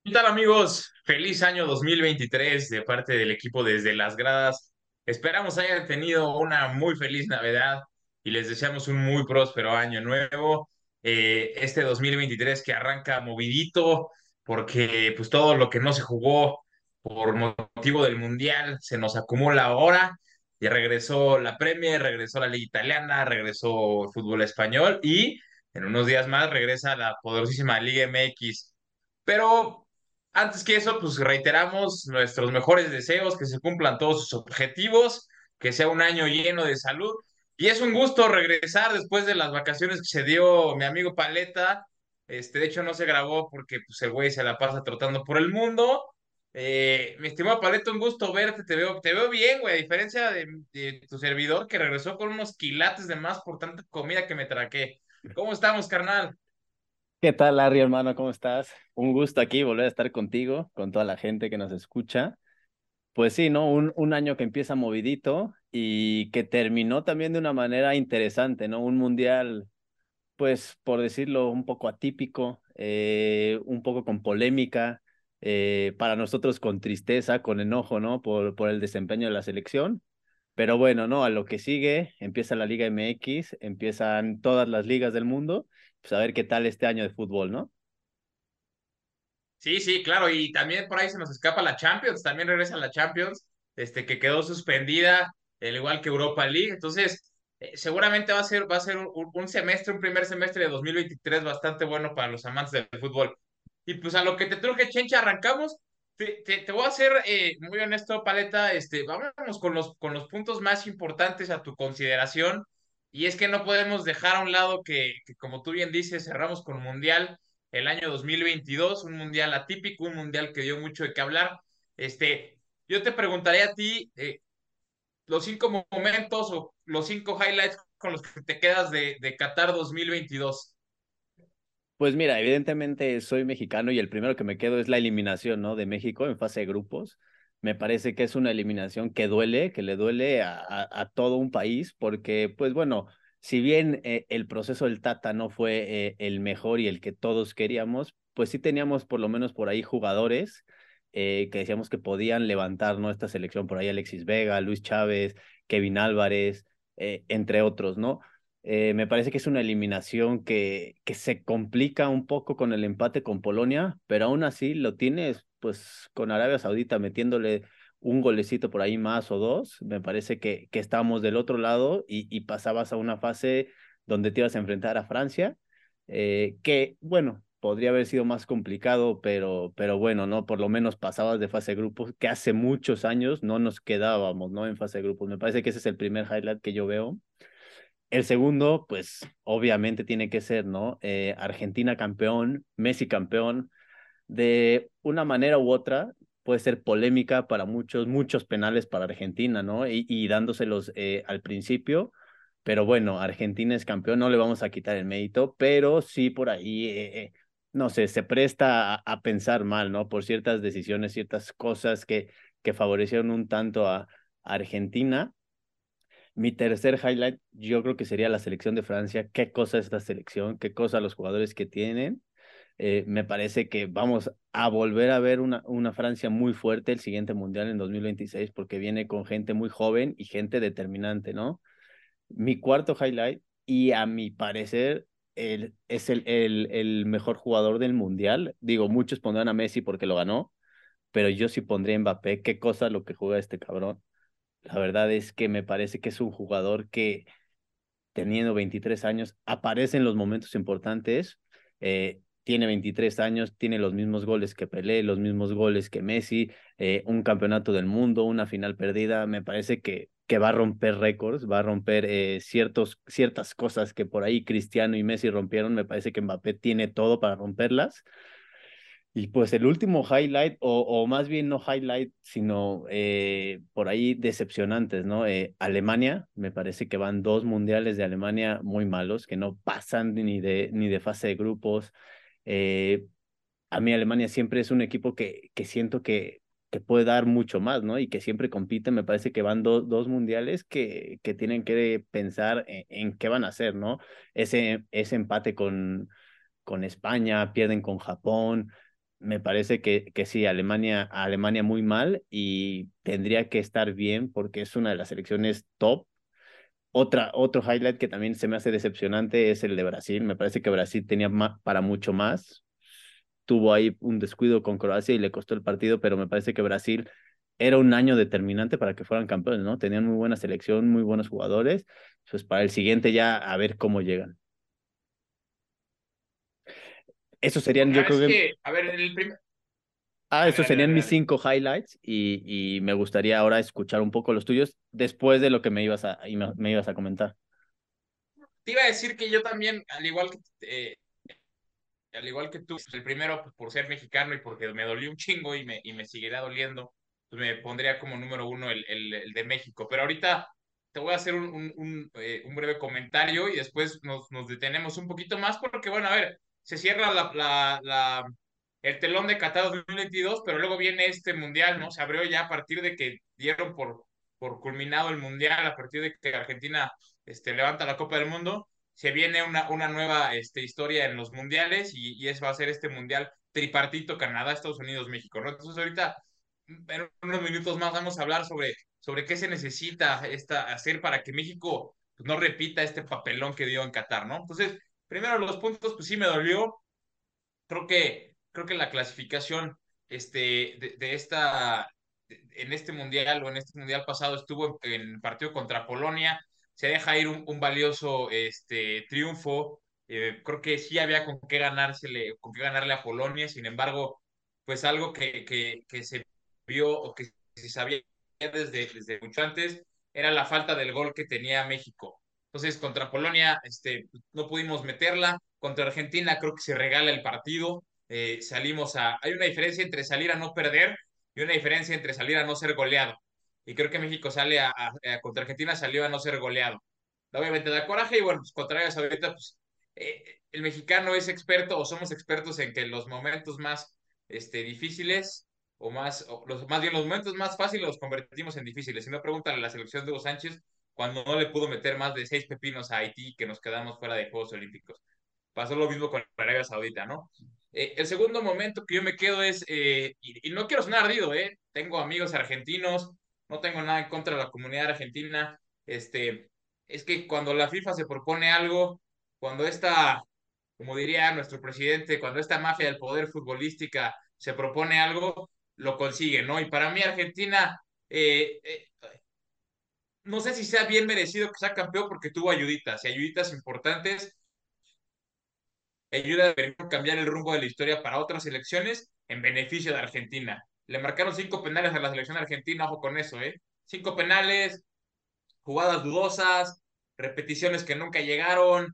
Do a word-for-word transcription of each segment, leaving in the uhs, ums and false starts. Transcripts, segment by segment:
¿Qué tal, amigos? Feliz año dos mil veintitrés de parte del equipo desde las gradas. Esperamos hayan tenido una muy feliz Navidad y les deseamos un muy próspero año nuevo. Eh, este dos mil veintitrés que arranca movidito porque pues todo lo que no se jugó por motivo del Mundial se nos acumula ahora. Y regresó la Premier, regresó la Liga Italiana, regresó el fútbol español y en unos días más regresa la poderosísima Liga M X. Pero antes que eso, pues reiteramos nuestros mejores deseos, que se cumplan todos sus objetivos, que sea un año lleno de salud. Y es un gusto regresar después de las vacaciones que se dio mi amigo Paleta. Este, de hecho, no se grabó porque pues, el güey se la pasa trotando por el mundo. Eh, mi estimado Paleta, un gusto verte, te veo, te veo bien, güey, a diferencia de, de tu servidor que regresó con unos quilates de más por tanta comida que me traqué. ¿Cómo estamos, carnal? ¿Qué tal, Larry, hermano? ¿Cómo estás? Un gusto aquí volver a estar contigo, con toda la gente que nos escucha. Pues sí, ¿no? Un, un año que empieza movidito y que terminó también de una manera interesante, ¿no? Un mundial, pues, por decirlo, un poco atípico, eh, un poco con polémica, eh, para nosotros con tristeza, con enojo, ¿no? Por, por el desempeño de la selección. Pero bueno, ¿no? A lo que sigue, empieza la Liga M X, empiezan todas las ligas del mundo, pues a ver qué tal este año de fútbol, ¿no? Sí, sí, claro, y también por ahí se nos escapa la Champions, también regresa la Champions, este, que quedó suspendida, al igual que Europa League, entonces eh, seguramente va a ser, va a ser un, un semestre, un primer semestre de dos mil veintitrés bastante bueno para los amantes del fútbol. Y pues a lo que te truje, Chencha, arrancamos. Te, te, te voy a ser eh, muy honesto, Paleta, este, vámonos con los, con los puntos más importantes a tu consideración, y es que no podemos dejar a un lado que, que como tú bien dices, cerramos con Mundial el año dos mil veintidós, un mundial atípico, un mundial que dio mucho de qué hablar. Este, yo te preguntaría a ti eh, los cinco momentos o los cinco highlights con los que te quedas de, de Qatar dos mil veintidós. Pues mira, evidentemente soy mexicano y el primero que me quedo es la eliminación, ¿no? De México en fase de grupos. Me parece que es una eliminación que duele, que le duele a, a, a todo un país, porque, pues bueno, si bien eh, el proceso del Tata no fue eh, el mejor y el que todos queríamos, pues sí teníamos por lo menos por ahí jugadores eh, que decíamos que podían levantar, ¿no? Esta selección, por ahí Alexis Vega, Luis Chávez, Kevin Álvarez, eh, entre otros, ¿no? Eh, me parece que es una eliminación que, que se complica un poco con el empate con Polonia, pero aún así lo tienes pues con Arabia Saudita metiéndole un golecito por ahí más o dos. Me parece que, que estábamos del otro lado y, y pasabas a una fase donde te ibas a enfrentar a Francia, eh, que bueno, podría haber sido más complicado, pero, pero bueno, ¿no? Por lo menos pasabas de fase de grupos, que hace muchos años no nos quedábamos, ¿no? En fase de grupos. Me parece que ese es el primer highlight que yo veo. El segundo, pues obviamente tiene que ser, ¿no? Eh, Argentina campeón, Messi campeón, de una manera u otra, puede ser polémica para muchos, muchos penales para Argentina, ¿no? Y, y dándoselos eh, al principio, pero bueno, Argentina es campeón, no le vamos a quitar el mérito, pero sí por ahí, eh, eh, no sé, se presta a, a pensar mal, ¿no? Por ciertas decisiones, ciertas cosas que, que favorecieron un tanto a a Argentina. Mi tercer highlight, yo creo que sería la selección de Francia. Qué cosa es esta selección, qué cosa los jugadores que tienen. Eh, me parece que vamos a volver a ver una, una Francia muy fuerte el siguiente mundial en dos mil veintiséis porque viene con gente muy joven y gente determinante, ¿no? Mi cuarto highlight, y a mi parecer el, es el, el, el mejor jugador del mundial. Digo, muchos pondrán a Messi porque lo ganó, pero yo sí pondría a Mbappé. Qué cosa lo que juega este cabrón. La verdad es que me parece que es un jugador que teniendo veintitrés años, aparece en los momentos importantes, eh, tiene veintitrés años, tiene los mismos goles que Pelé, los mismos goles que Messi, eh, un campeonato del mundo, una final perdida, me parece que, que va a romper récords, va a romper eh, ciertos, ciertas cosas que por ahí Cristiano y Messi rompieron, me parece que Mbappé tiene todo para romperlas. Y pues el último highlight, o, o más bien no highlight, sino eh, por ahí decepcionantes, ¿no? Eh, Alemania, me parece que van dos mundiales de Alemania muy malos, que no pasan ni de, ni de fase de grupos. Eh, a mí Alemania siempre es un equipo que, que siento que, que puede dar mucho más, ¿no? Y que siempre compite, me parece que van do, dos mundiales que, que tienen que pensar en, en qué van a hacer, ¿no? Ese, ese empate con, con España, pierden con Japón, Me parece que, que sí, Alemania, Alemania muy mal y tendría que estar bien porque es una de las selecciones top. Otra, otro highlight que también se me hace decepcionante es el de Brasil. Me parece que Brasil tenía ma- para mucho más. Tuvo ahí un descuido con Croacia y le costó el partido, pero me parece que Brasil era un año determinante para que fueran campeones, ¿no? Tenían muy buena selección, muy buenos jugadores. Pues para el siguiente ya a ver cómo llegan. Esos serían, La yo verdad creo es que, que, a ver, el primer... ah, Dale, esos dale, serían dale, mis dale. cinco highlights y, y me gustaría ahora escuchar un poco los tuyos después de lo que me ibas a, y me, me ibas a comentar. Te iba a decir que yo también, al igual que, eh, al igual que tú, el primero, pues, por ser mexicano y porque me dolió un chingo y me, y me seguirá doliendo, pues me pondría como número uno el, el, el de México. Pero ahorita te voy a hacer un, un, un, eh, un breve comentario y después nos, nos detenemos un poquito más porque, bueno, a ver, se cierra la, la, la, el telón de Qatar dos mil veintidós, pero luego viene este mundial, ¿no? Se abrió ya a partir de que dieron por, por culminado el mundial, a partir de que Argentina este, levanta la Copa del Mundo. Se viene una, una nueva este, historia en los mundiales y, y eso va a ser este mundial tripartito Canadá, Estados Unidos, México, ¿no? Entonces ahorita, en unos minutos más, vamos a hablar sobre, sobre qué se necesita esta, hacer para que México pues, no repita este papelón que dio en Qatar, ¿no? Entonces, primero los puntos, pues sí me dolió, creo que, creo que la clasificación este, de, de esta, de, en este mundial o en este mundial pasado estuvo en, en partido contra Polonia, se deja ir un, un valioso este, triunfo, eh, creo que sí había con qué ganársele, con qué ganarle a Polonia, sin embargo, pues algo que, que, que se vio o que se sabía desde, desde mucho antes era la falta del gol que tenía México. Entonces, contra Polonia, este, no pudimos meterla. Contra Argentina, creo que se regala el partido. Eh, salimos a. Hay una diferencia entre salir a no perder y una diferencia entre salir a no ser goleado. Y creo que México sale a, a, a contra Argentina salió a no ser goleado. Obviamente da coraje y bueno, pues contra Arabia Saudita, pues eh, el mexicano es experto o somos expertos en que los momentos más este, difíciles o más, o los, más bien los momentos más fáciles los convertimos en difíciles. Si no, pregúntale a la selección de Hugo Sánchez cuando no le pudo meter más de seis pepinos a Haití que nos quedamos fuera de Juegos Olímpicos. Pasó lo mismo con Arabia Saudita, ¿no? Eh, el segundo momento que yo me quedo es, eh, y, y, no quiero sonar ardido, ¿eh? Tengo amigos argentinos, no tengo nada en contra de la comunidad argentina, este, es que cuando la FIFA se propone algo, cuando esta, como diría nuestro presidente, cuando esta mafia del poder futbolística se propone algo, lo consigue, ¿no? Y para mí Argentina, eh, eh, no sé si sea bien merecido que sea campeón porque tuvo ayuditas y ayuditas importantes ayuda a cambiar el rumbo de la historia para otras elecciones en beneficio de Argentina. Le marcaron cinco penales a la selección argentina, ojo con eso, ¿eh? Cinco penales, jugadas dudosas, repeticiones que nunca llegaron,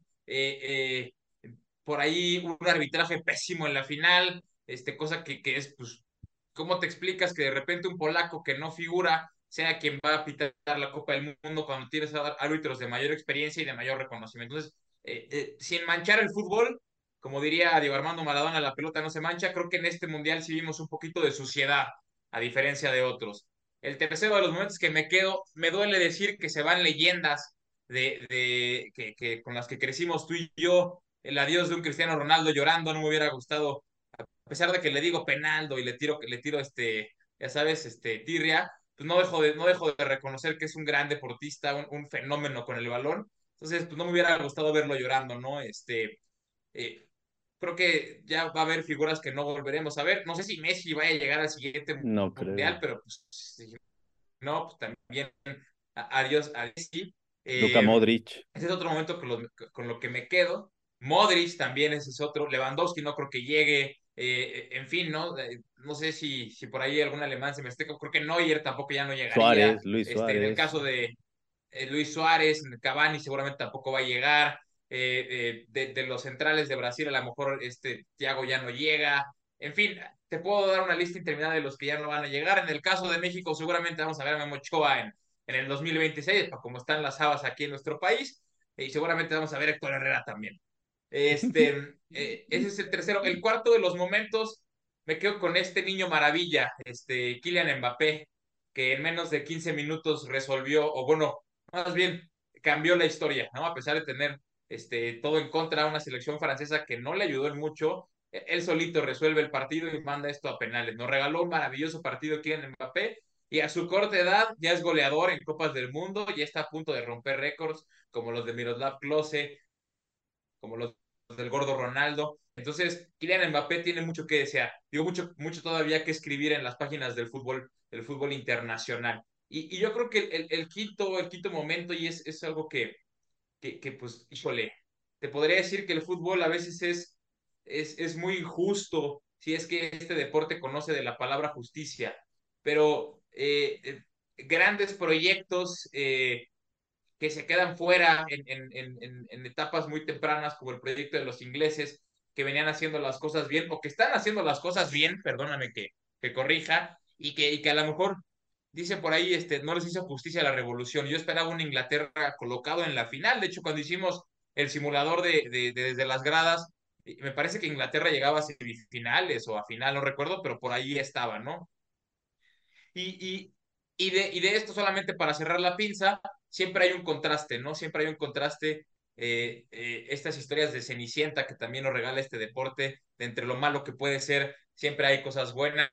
eh, eh, por ahí un arbitraje pésimo en la final, este, cosa que, que es, pues, ¿cómo te explicas que de repente un polaco que no figura sea quien va a pitar la Copa del Mundo cuando tienes árbitros de mayor experiencia y de mayor reconocimiento? Entonces, eh, eh, sin manchar el fútbol, como diría Diego Armando Maradona, la pelota no se mancha, creo que en este mundial sí vimos un poquito de suciedad, a diferencia de otros. El tercero de los momentos que me quedo, me duele decir que se van leyendas de, de que, que, con las que crecimos tú y yo, el adiós de un Cristiano Ronaldo llorando, no me hubiera gustado, a pesar de que le digo penaldo y le tiro, le tiro este, ya sabes, este, tirria, pues no dejo de, no dejo de reconocer que es un gran deportista, un, un fenómeno con el balón, entonces pues no me hubiera gustado verlo llorando, ¿no? Este, eh, creo que ya va a haber figuras que no volveremos a ver, no sé si Messi vaya a llegar al siguiente No mundial, creo. pero pues si no, pues también adiós a Messi. Luka Eh, Modric, ese es otro momento con lo, con lo, que me quedo. Modric también ese es otro. Lewandowski no creo que llegue. Eh, en fin, ¿no? Eh, no sé si, si por ahí algún alemán se me esté. Creo que Neuer tampoco ya no llegaría. Suárez, Luis Este, en el Suárez, caso de eh, Luis Suárez, Cavani seguramente tampoco va a llegar. Eh, eh, de, de, los centrales de Brasil, a lo mejor este Thiago ya no llega. En fin, te puedo dar una lista interminable de los que ya no van a llegar. En el caso de México, seguramente vamos a ver a Memo Ochoa en, en el dos mil veintiséis, como están las habas aquí en nuestro país, y seguramente vamos a ver a Héctor Herrera también. Este, eh, ese es el tercero. El cuarto de los momentos, me quedo con este niño maravilla, este Kylian Mbappé, que en menos de quince minutos resolvió, o bueno, más bien cambió la historia, ¿no? A pesar de tener este, todo en contra, una selección francesa que no le ayudó en mucho, él solito resuelve el partido y manda esto a penales. Nos regaló un maravilloso partido aquí en Mbappé y a su corta edad ya es goleador en Copas del Mundo, ya está a punto de romper récords como los de Miroslav Klose, como los del gordo Ronaldo. Entonces, Kylian Mbappé tiene mucho que desear. Digo, mucho, mucho todavía que escribir en las páginas del fútbol, del fútbol internacional. Y, y yo creo que el, el, el, quinto, el quinto momento, y es, es algo que, que, que, pues, híjole, te podría decir que el fútbol a veces es, es, es muy injusto, si es que este deporte conoce de la palabra justicia, pero eh, eh, grandes proyectos eh, que se quedan fuera en, en, en, en, etapas muy tempranas, como el proyecto de los ingleses, que venían haciendo las cosas bien, o que están haciendo las cosas bien, perdóname que, que corrija, y que, y que a lo mejor dicen por ahí, este, no les hizo justicia a la revolución. Yo esperaba una Inglaterra colocado en la final. De hecho, cuando hicimos el simulador de, de, de desde las gradas, me parece que Inglaterra llegaba a semifinales o a final, no recuerdo, pero por ahí estaba, ¿no? Y, y, y, de, y de esto solamente para cerrar la pinza, siempre hay un contraste, ¿no? Siempre hay un contraste. Eh, eh, estas historias de Cenicienta que también nos regala este deporte, de entre lo malo que puede ser, siempre hay cosas buenas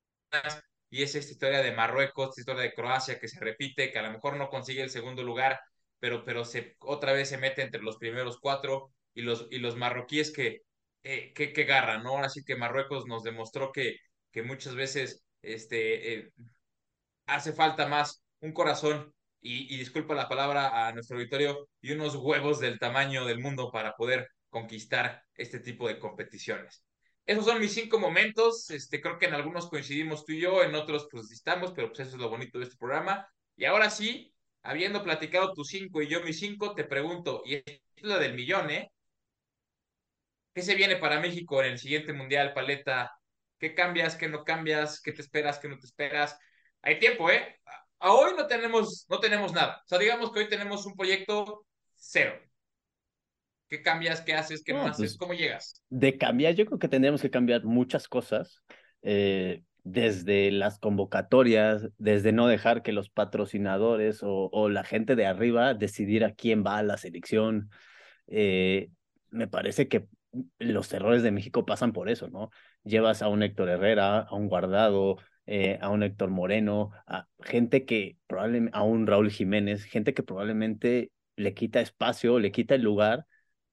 y es esta historia de Marruecos, esta historia de Croacia que se repite, que a lo mejor no consigue el segundo lugar, pero, pero se, otra vez se mete entre los primeros cuatro y los, y los marroquíes que, eh, que, que garran, ¿no? Así que Marruecos nos demostró que, que muchas veces este, eh, hace falta más un corazón y, y disculpa la palabra a nuestro auditorio y unos huevos del tamaño del mundo para poder conquistar este tipo de competiciones. Esos son mis cinco momentos. Este, creo que en algunos coincidimos tú y yo, en otros pues distamos, pero pues eso es lo bonito de este programa. Y ahora sí, habiendo platicado tus cinco y yo mis cinco, te pregunto, y es la del millón, ¿eh? ¿Qué se viene para México en el siguiente Mundial, Paleta? ¿Qué cambias, qué no cambias, qué te esperas, qué no te esperas? Hay tiempo, ¿eh? A hoy no tenemos, no tenemos nada. O sea, digamos que hoy tenemos un proyecto cero. ¿Qué cambias, qué haces, qué no No, haces? pues ¿Cómo llegas? de cambiar, yo creo que tendríamos que cambiar muchas cosas, eh, desde las convocatorias, desde no dejar que los patrocinadores o, o la gente de arriba decidiera quién va a la selección. Eh, Me parece que los errores de México pasan por eso, ¿no? Llevas a un Héctor Herrera, a un Guardado, eh, a un Héctor Moreno, a gente que probablemente, a un Raúl Jiménez, gente que probablemente le quita espacio, le quita el lugar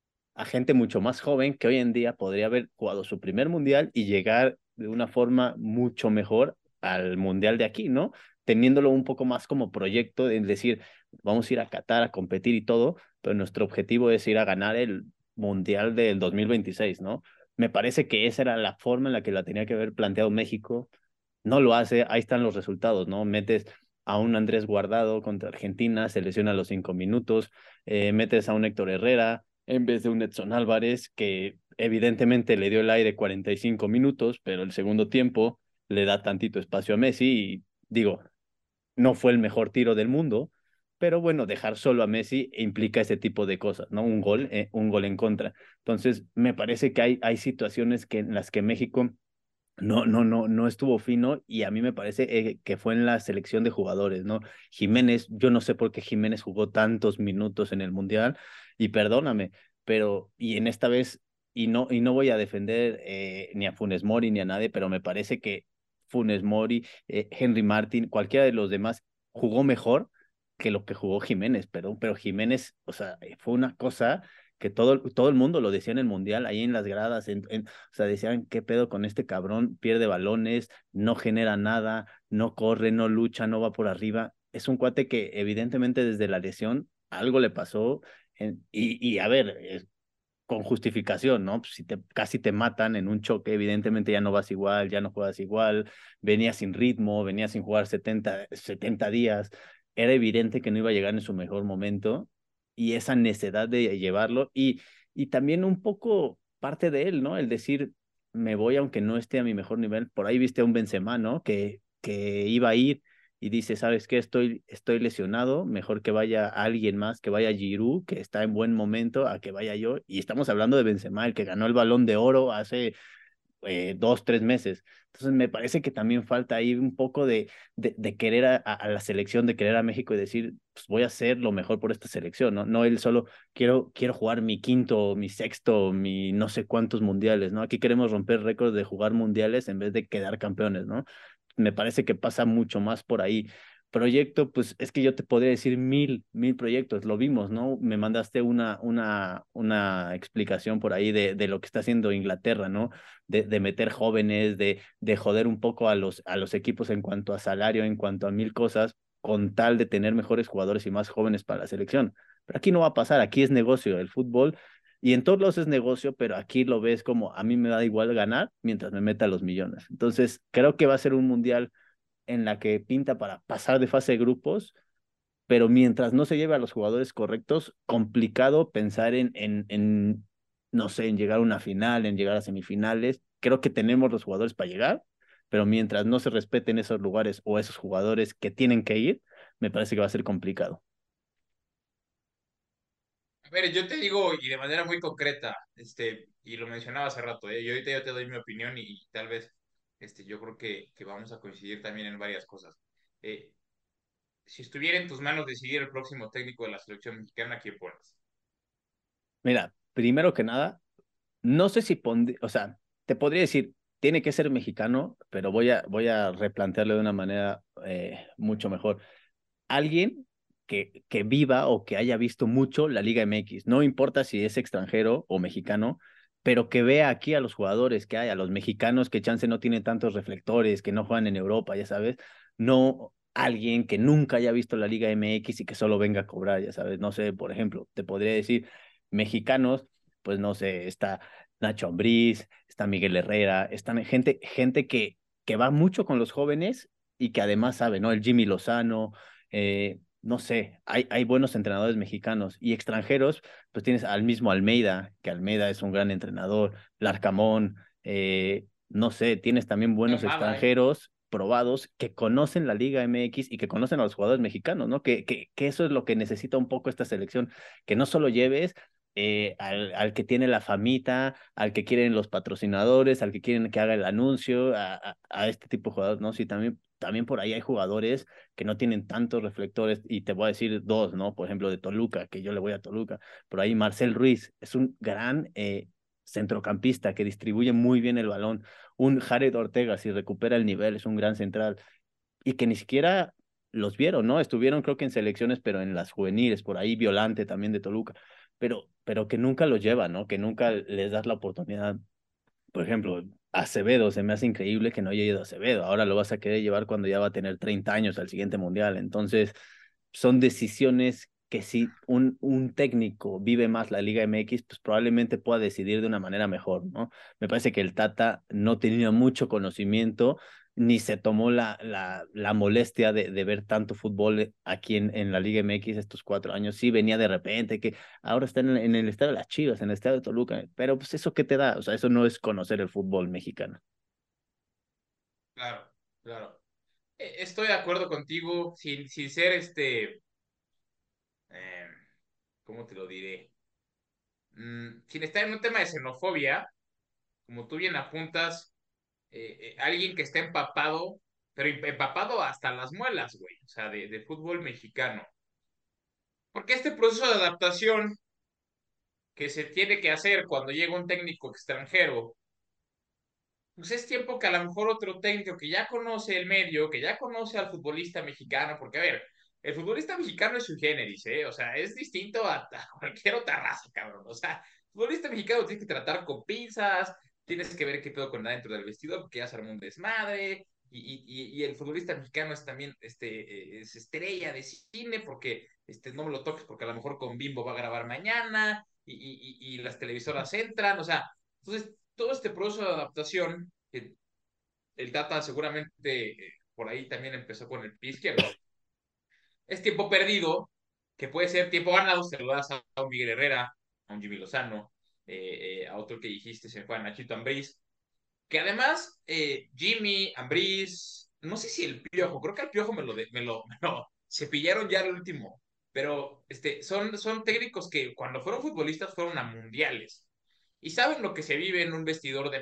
a gente mucho más joven que hoy en día podría haber jugado su primer mundial y llegar de una forma mucho mejor al mundial de aquí, ¿no? Teniéndolo un poco más como proyecto, de decir, vamos a ir a Qatar a competir y todo, pero nuestro objetivo es ir a ganar el mundial del dos mil veintiséis, ¿no? Me parece que esa era la forma en la que la tenía que haber planteado México. No lo hace, ahí están los resultados, ¿no? Metes a un Andrés Guardado contra Argentina, se lesiona a los cinco minutos, eh, metes a un Héctor Herrera en vez de un Edson Álvarez, que evidentemente le dio el aire cuarenta y cinco minutos, pero el segundo tiempo le da tantito espacio a Messi y digo, no fue el mejor tiro del mundo, pero bueno, dejar solo a Messi implica ese tipo de cosas, ¿no? Un gol, eh, un gol en contra. Entonces, me parece que hay, hay situaciones que, en las que México no, no, no, no estuvo fino y a mí me parece eh, que fue en la selección de jugadores, ¿no? Jiménez, yo no sé por qué Jiménez jugó tantos minutos en el Mundial y perdóname, pero y en esta vez, y no, y no voy a defender eh, ni a Funes Mori ni a nadie, pero me parece que Funes Mori, eh, Henry Martin, cualquiera de los demás jugó mejor que lo que jugó Jiménez, perdón, pero Jiménez, o sea, eh, fue una cosa que todo, todo el mundo lo decía en el Mundial, ahí en las gradas, en, en, o sea, decían, ¿qué pedo con este cabrón? Pierde balones, no genera nada, no corre, no lucha, no va por arriba. Es un cuate que evidentemente desde la lesión algo le pasó. En, y, y a ver, eh, con justificación, ¿no? Pues si te, casi te matan en un choque, evidentemente ya no vas igual, ya no juegas igual, venía sin ritmo, venía sin jugar setenta setenta días, era evidente que no iba a llegar en su mejor momento y esa necesidad de llevarlo y, y también un poco parte de él, ¿no? El decir, me voy aunque no esté a mi mejor nivel. Por ahí viste a un Benzema, ¿no? Que, que iba a ir y dice, ¿sabes qué? Estoy, estoy lesionado, mejor que vaya alguien más, que vaya Giroud, que está en buen momento, a que vaya yo. Y estamos hablando de Benzema, el que ganó el Balón de Oro hace eh, dos, tres meses. Entonces me parece que también falta ahí un poco de, de, de querer a, a, la selección, de querer a México y decir, pues voy a hacer lo mejor por esta selección, ¿no? No él solo, quiero, quiero jugar mi quinto, mi sexto, mi no sé cuántos mundiales, ¿no? Aquí queremos romper récords de jugar mundiales en vez de quedar campeones, ¿no? Me parece que pasa mucho más por ahí. Proyecto, pues es que yo te podría decir mil, mil proyectos, lo vimos, ¿no? Me mandaste una, una, una explicación por ahí de, de lo que está haciendo Inglaterra, ¿no? De, de meter jóvenes, de, de joder un poco a los, a los equipos en cuanto a salario, en cuanto a mil cosas, con tal de tener mejores jugadores y más jóvenes para la selección. Pero aquí no va a pasar, aquí es negocio, el fútbol, y en todos lados es negocio, pero aquí lo ves como a mí me da igual ganar mientras me meta los millones. Entonces, creo que va a ser un mundial en la que pinta para pasar de fase de grupos, pero mientras no se lleve a los jugadores correctos, complicado pensar en, en, en, no sé, en llegar a una final, en llegar a semifinales. Creo que tenemos los jugadores para llegar, pero mientras no se respeten esos lugares o esos jugadores que tienen que ir, me parece que va a ser complicado. A ver, yo te digo, y de manera muy concreta, este, y lo mencionaba hace rato, ¿eh? Yo ahorita yo te doy mi opinión y, y tal vez este, yo creo que, que vamos a coincidir también en varias cosas. Eh, si estuviera en tus manos decidir el próximo técnico de la selección mexicana, ¿quién pones? Mira, primero que nada, no sé si pondría, o sea, te podría decir, tiene que ser mexicano, pero voy a, voy a replantearlo de una manera eh, mucho mejor. Alguien que, que viva o que haya visto mucho la Liga M X, no importa si es extranjero o mexicano, pero que vea aquí a los jugadores que hay, a los mexicanos que chance no tienen tantos reflectores, que no juegan en Europa, ya sabes, no alguien que nunca haya visto la Liga M X y que solo venga a cobrar, ya sabes, no sé, por ejemplo, te podría decir mexicanos, pues no sé, está Nacho Ambriz, está Miguel Herrera, están gente, gente que, que va mucho con los jóvenes y que además sabe, ¿no? El Jimmy Lozano, eh, no sé, hay, hay buenos entrenadores mexicanos y extranjeros, pues tienes al mismo Almeida, que Almeida es un gran entrenador, Larcamón, eh, no sé, tienes también buenos Almada, ¿eh? extranjeros probados que conocen la Liga M X y que conocen a los jugadores mexicanos, ¿no? Que, que, que eso es lo que necesita un poco esta selección, que no solo lleves eh, al, al que tiene la famita, al que quieren los patrocinadores, al que quieren que haga el anuncio, a, a, a este tipo de jugadores, ¿no? Sí, también, también por ahí hay jugadores que no tienen tantos reflectores, y te voy a decir dos, ¿no? Por ejemplo, de Toluca, que yo le voy a Toluca, por ahí Marcel Ruiz es un gran eh, centrocampista que distribuye muy bien el balón, un Jared Ortega, si recupera el nivel, es un gran central, y que ni siquiera los vieron, ¿no? Estuvieron creo que en selecciones, pero en las juveniles, por ahí Violante también de Toluca, pero, pero que nunca los llevan, ¿no? Que nunca les das la oportunidad. Por ejemplo, Acevedo, se me hace increíble que no haya ido a Acevedo. Ahora lo vas a querer llevar cuando ya va a tener treinta años al siguiente mundial. Entonces, son decisiones que si un, un técnico vive más la Liga M X, pues probablemente pueda decidir de una manera mejor, ¿no? Me parece que el Tata no tenía mucho conocimiento ni se tomó la, la, la molestia de, de ver tanto fútbol aquí en, en la Liga M X estos cuatro años. Sí, venía de repente, que ahora está en el, en el estado de las Chivas, en el estado de Toluca, pero pues eso qué te da, o sea, eso no es conocer el fútbol mexicano. Claro, claro. Eh, Estoy de acuerdo contigo, sin, sin ser este, eh, ¿cómo te lo diré? Mm, sin estar en un tema de xenofobia, como tú bien apuntas, eh, eh, alguien que está empapado, pero empapado hasta las muelas, güey, o sea, de, de fútbol mexicano. Porque este proceso de adaptación que se tiene que hacer cuando llega un técnico extranjero, pues es tiempo que a lo mejor otro técnico que ya conoce el medio, que ya conoce al futbolista mexicano, porque a ver, el futbolista mexicano es su generis, ¿eh? O sea, es distinto a, a cualquier otra raza, cabrón. O sea, el futbolista mexicano tienes que tratar con pinzas, tienes que ver qué pedo con adentro del vestidor, porque ya se armó un desmadre. Y, y, y el futbolista mexicano es también este, es estrella de cine, porque este, no me lo toques, porque a lo mejor con Bimbo va a grabar mañana, y, y, y las televisoras entran, o sea, entonces todo este proceso de adaptación, que el Tata seguramente eh, por ahí también empezó con el pie izquierdo, es tiempo perdido, que puede ser tiempo ganado, se lo das a un Miguel Herrera, a un Jimmy Lozano, eh, eh, a otro que dijiste, se fue a Nachito Ambriz, que además eh, Jimmy, Ambriz, no sé si el Piojo, creo que el Piojo me lo, de, me lo, me lo cepillaron ya el último, pero este, son, son técnicos que cuando fueron futbolistas fueron a mundiales y saben lo que se vive en un vestidor de México.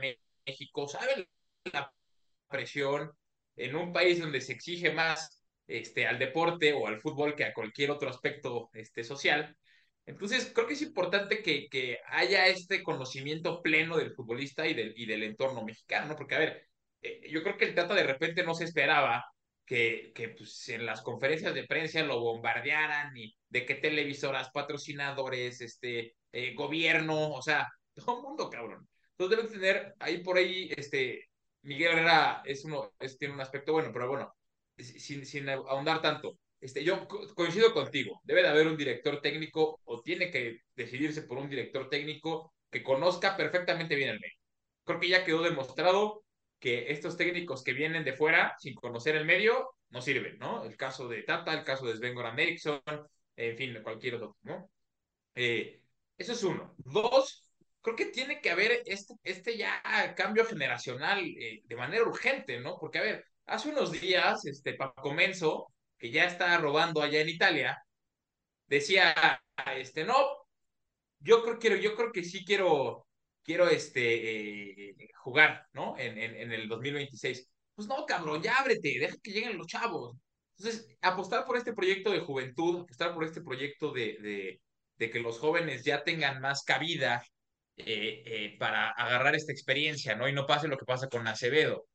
México, sabe la presión en un país donde se exige más este, al deporte o al fútbol que a cualquier otro aspecto este, social. Entonces, creo que es importante que, que haya este conocimiento pleno del futbolista y del, y del entorno mexicano, ¿no? Porque, a ver, eh, yo creo que el Tata de repente no se esperaba que, que pues, en las conferencias de prensa lo bombardearan y de qué televisoras, patrocinadores, este, eh, gobierno, o sea, todo el mundo, cabrón. Entonces deben tener ahí por ahí, este, Miguel Herrera es uno, es, tiene un aspecto bueno, pero bueno, sin, sin ahondar tanto. Este, yo co coincido contigo, debe de haber un director técnico o tiene que decidirse por un director técnico que conozca perfectamente bien el medio. Creo que ya quedó demostrado que estos técnicos que vienen de fuera sin conocer el medio no sirven, ¿no? El caso de Tata, el caso de Sven-Goran Eriksson, en fin, cualquier otro, ¿no? Eh, eso es uno. Dos, creo que tiene que haber este, este ya cambio generacional eh, de manera urgente, ¿no? Porque, a ver, hace unos días, este Paco Menso, que ya está robando allá en Italia, decía, este, no, yo creo, quiero, yo creo que sí quiero, quiero este, eh, jugar, ¿no? En, en, en el dos mil veintiséis. Pues no, cabrón, ya ábrete, deja que lleguen los chavos. Entonces, apostar por este proyecto de juventud, apostar por este proyecto de, de, de que los jóvenes ya tengan más cabida eh, eh, para agarrar esta experiencia, ¿no? Y no pase lo que pasa con Acevedo.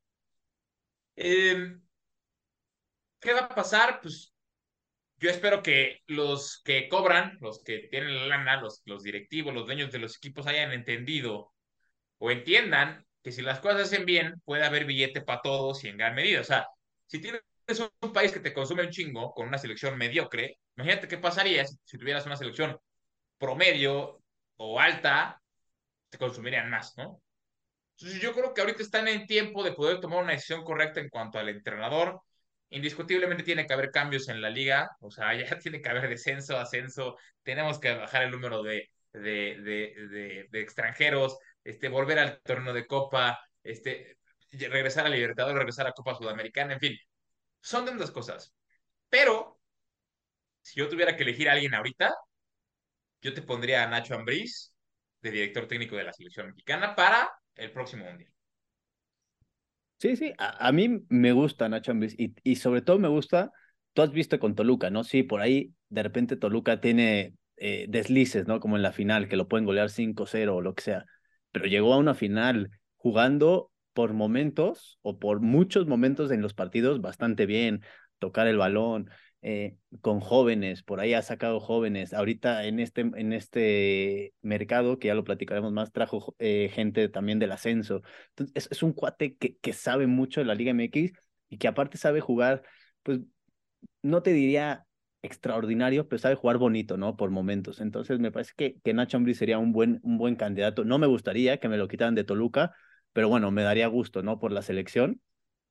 Eh, ¿Qué va a pasar? Pues yo espero que los que cobran, los que tienen la lana, los, los directivos, los dueños de los equipos hayan entendido o entiendan que si las cosas se hacen bien, puede haber billete para todos y en gran medida. O sea, si tienes un país que te consume un chingo con una selección mediocre, imagínate qué pasaría si, si tuvieras una selección promedio o alta, te consumirían más, ¿no? Entonces yo creo que ahorita están en tiempo de poder tomar una decisión correcta en cuanto al entrenador. Indiscutiblemente tiene que haber cambios en la liga, o sea, ya tiene que haber descenso, ascenso, tenemos que bajar el número de, de, de, de, de extranjeros, este, volver al torneo de Copa, este, regresar a Libertadores, regresar a Copa Sudamericana, en fin, son tantas cosas. Pero si yo tuviera que elegir a alguien ahorita, yo te pondría a Nacho Ambriz de director técnico de la selección mexicana para el próximo mundial. Sí, sí, a, a mí me gusta Nacho Ambriz y, y sobre todo me gusta, tú has visto con Toluca, ¿no? Sí, por ahí de repente Toluca tiene eh, deslices, ¿no? Como en la final, que lo pueden golear cinco cero o lo que sea, pero llegó a una final jugando por momentos o por muchos momentos en los partidos bastante bien, tocar el balón, eh, con jóvenes, por ahí ha sacado jóvenes. Ahorita en este, en este mercado, que ya lo platicaremos más, trajo eh, gente también del ascenso. Entonces, es, es un cuate que, que sabe mucho de la Liga M X y que aparte sabe jugar, pues no te diría extraordinario, pero sabe jugar bonito, ¿no? Por momentos. Entonces, me parece que, que Nacho Ambriz sería un buen, un buen candidato. No me gustaría que me lo quitaran de Toluca, pero bueno, me daría gusto, ¿no? Por la selección.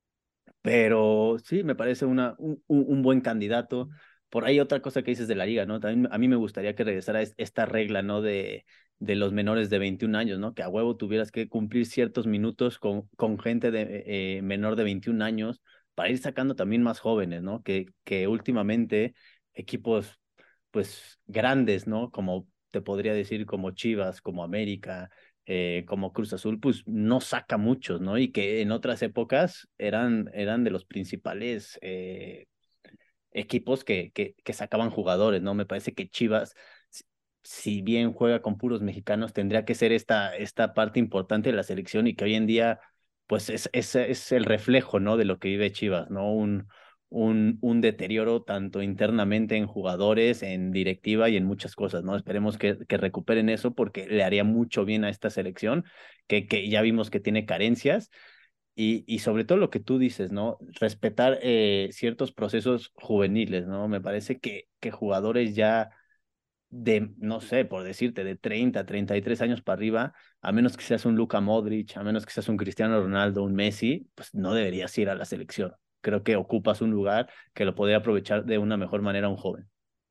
Pero sí, me parece una, un, un buen candidato. Por ahí otra cosa que dices de la liga, ¿no? También a mí me gustaría que regresara esta regla, ¿no? De, de los menores de veintiún años, ¿no? Que a huevo tuvieras que cumplir ciertos minutos con, con gente de eh, menor de veintiún años para ir sacando también más jóvenes, ¿no? Que, que últimamente equipos, pues, grandes, ¿no? Como te podría decir, como Chivas, como América, eh, como Cruz Azul, pues no saca muchos, ¿no? Y que en otras épocas eran, eran de los principales eh, equipos que, que, que sacaban jugadores, ¿no? Me parece que Chivas, si si bien juega con puros mexicanos, tendría que ser esta, esta parte importante de la selección y que hoy en día, pues es, es, es el reflejo, ¿no? De lo que vive Chivas, ¿no? Un, un, un deterioro tanto internamente en jugadores, en directiva y en muchas cosas, ¿no? Esperemos que, que recuperen eso porque le haría mucho bien a esta selección, que, que ya vimos que tiene carencias y, y sobre todo lo que tú dices, ¿no? Respetar eh, ciertos procesos juveniles, ¿no? Me parece que, que jugadores ya de, no sé, por decirte, de treinta, treinta y tres años para arriba, a menos que seas un Luka Modric, a menos que seas un Cristiano Ronaldo, un Messi, pues no deberías ir a la selección. Creo que ocupas un lugar que lo podría aprovechar de una mejor manera un joven.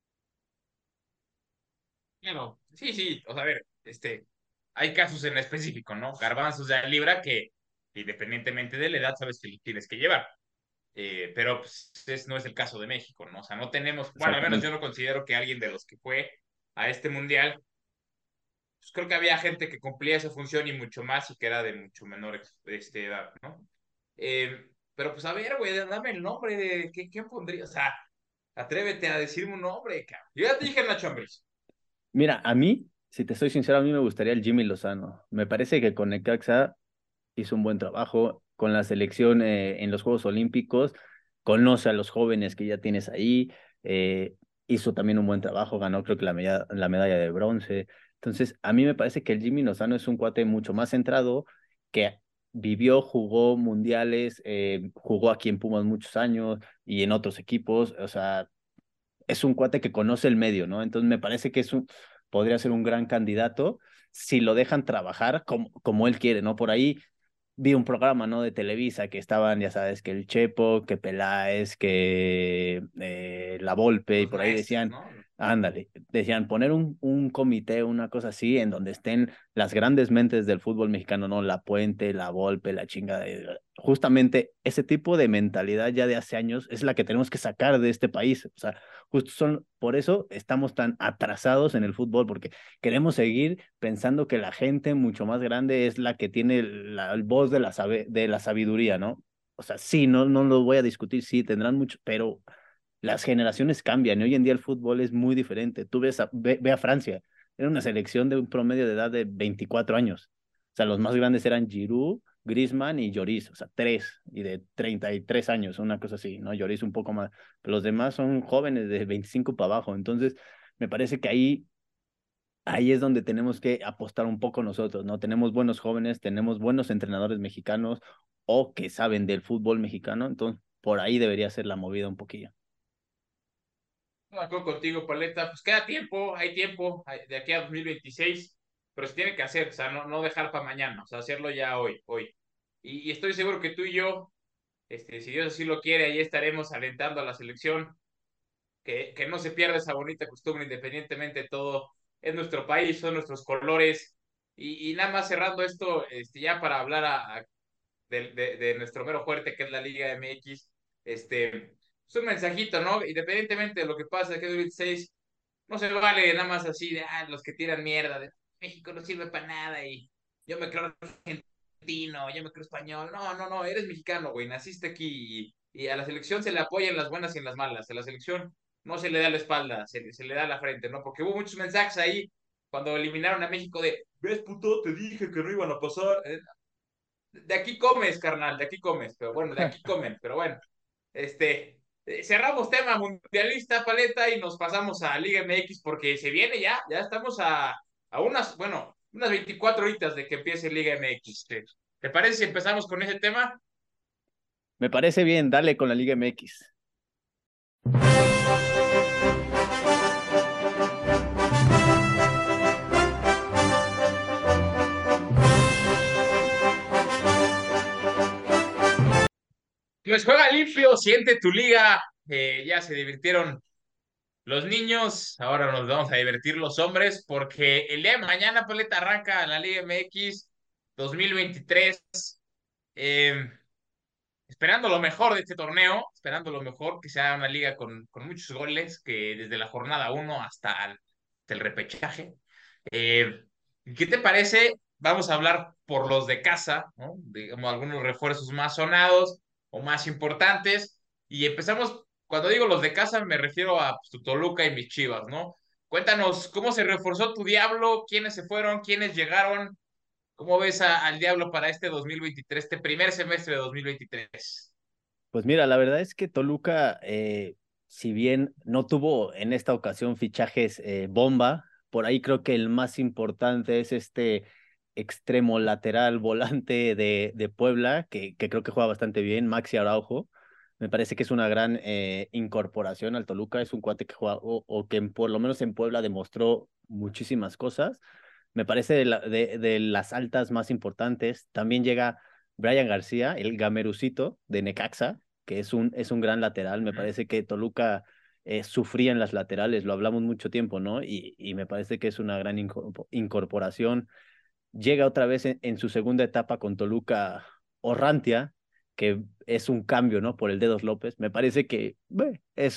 Claro, sí, sí, o sea, a ver, este, hay casos en específico, ¿no? Garbanzos de libra que, independientemente de la edad, sabes que lo tienes que llevar. Eh, pero pues, ese no es el caso de México, ¿no? O sea, no tenemos, bueno, al menos yo Exactamente. no considero que alguien de los que fue a este mundial pues creo que había gente que cumplía esa función y mucho más y que era de mucho menor ex- este, edad, ¿no? Eh, pero pues a ver, güey, dame el nombre de ¿qué, ¿quién pondría? O sea, atrévete a decirme un nombre, cabrón. Yo ya te dije Nacho Ambriz. Mira, a mí, si te soy sincero, a mí me gustaría el Jimmy Lozano. Me parece que con Necaxa hizo un buen trabajo con la selección eh, en los Juegos Olímpicos, conoce a los jóvenes que ya tienes ahí, eh, hizo también un buen trabajo, ganó creo que la medalla, la medalla de bronce. Entonces, a mí me parece que el Jimmy Lozano es un cuate mucho más centrado, que vivió, jugó mundiales, eh, jugó aquí en Pumas muchos años y en otros equipos, o sea, es un cuate que conoce el medio, ¿no? Entonces me parece que es un, podría ser un gran candidato si lo dejan trabajar como, como él quiere, ¿no? Por ahí vi un programa, ¿no? De Televisa que estaban, ya sabes, que el Chepo, que Peláez, que eh, La Volpe, y Los por ahí maestros, decían, ¿no? ándale, decían poner un, un comité, una cosa así, en donde estén las grandes mentes del fútbol mexicano, ¿no? La Puente, La Volpe, la chinga de... Justamente ese tipo de mentalidad ya de hace años es la que tenemos que sacar de este país. O sea, justo son, por eso estamos tan atrasados en el fútbol, porque queremos seguir pensando que la gente mucho más grande es la que tiene la, el voz de la, sabe, de la sabiduría, ¿no? O sea, sí, no, no lo voy a discutir, sí, tendrán mucho, pero las generaciones cambian y hoy en día el fútbol es muy diferente. Tú ves a, ve, ve a Francia, era una selección de un promedio de edad de veinticuatro años. O sea, los más grandes eran Giroud, Griezmann y Lloris, o sea, tres y de treinta y tres años, una cosa así, ¿no? Lloris un poco más, pero los demás son jóvenes de veinticinco para abajo. Entonces, me parece que ahí ahí es donde tenemos que apostar un poco nosotros, ¿no? Tenemos buenos jóvenes, tenemos buenos entrenadores mexicanos o que saben del fútbol mexicano, entonces por ahí debería ser la movida un poquillo. No, de acuerdo contigo, Paleta. Pues queda tiempo, hay tiempo, hay- de aquí a dos mil veintiséis, pero se tiene que hacer, o sea, no, no dejar para mañana, o sea, hacerlo ya hoy, hoy. Y, y estoy seguro que tú y yo, este, si Dios así lo quiere, ahí estaremos alentando a la selección, que, que no se pierda esa bonita costumbre, independientemente de todo, es nuestro país, son nuestros colores. Y, y nada más cerrando esto, este, ya para hablar a, a- de, de, de nuestro mero fuerte, que es la Liga M X, este, es un mensajito, ¿no? Independientemente de lo que pasa, que es dos mil veintiséis, no se vale nada más así de ah, los que tiran mierda, de México no sirve para nada y yo me creo argentino, yo me creo español. No, no, no, eres mexicano, güey, naciste aquí y, y a la selección se le apoya en las buenas y en las malas. A la selección no se le da la espalda, se, se le da la frente, ¿no? Porque hubo muchos mensajes ahí cuando eliminaron a México de, ves, puto, te dije que no iban a pasar. Eh, De aquí comes, carnal, de aquí comes, pero bueno, de aquí comen, pero bueno. Este, eh, cerramos tema mundialista, Paleta, y nos pasamos a Liga M X porque se viene ya, ya estamos a, a unas, bueno, unas veinticuatro horitas de que empiece Liga M X. ¿Te, te parece si empezamos con ese tema? Me parece bien, dale con la Liga M X. Pues juega limpio, siente tu liga, eh, ya se divirtieron los niños, ahora nos vamos a divertir los hombres porque el día de mañana, Paleta, arranca la Liga M X dos mil veintitrés. Eh, Esperando lo mejor de este torneo, esperando lo mejor, que sea una liga con, con muchos goles, que desde la jornada uno hasta el, hasta el repechaje. Eh, ¿Qué te parece? Vamos a hablar por los de casa, ¿no? Digamos, algunos refuerzos más sonados o más importantes. Y empezamos, cuando digo los de casa, me refiero a pues, tu Toluca y mis Chivas, ¿no? Cuéntanos cómo se reforzó tu Diablo, quiénes se fueron, quiénes llegaron. ¿Cómo ves a- al Diablo para este dos mil veintitrés, este primer semestre de dos mil veintitrés? Pues mira, la verdad es que Toluca, eh, si bien no tuvo en esta ocasión fichajes eh, bomba, por ahí creo que el más importante es este extremo lateral volante de, de Puebla, que, que creo que juega bastante bien, Maxi Araujo. Me parece que es una gran eh, incorporación al Toluca, es un cuate que juega, o, o que en- por lo menos en Puebla demostró muchísimas cosas. Me parece de, la- de, de las altas más importantes. También llega Brian García, el gamerucito de Necaxa, que es un, es un gran lateral. Me parece que Toluca eh, sufría en las laterales, lo hablamos mucho tiempo, ¿no? Y, y me parece que es una gran incorpor- incorporación. Llega otra vez en, en su segunda etapa con Toluca Orrantia, que es un cambio, ¿no? Por el Dedos López. Me parece que beh, es,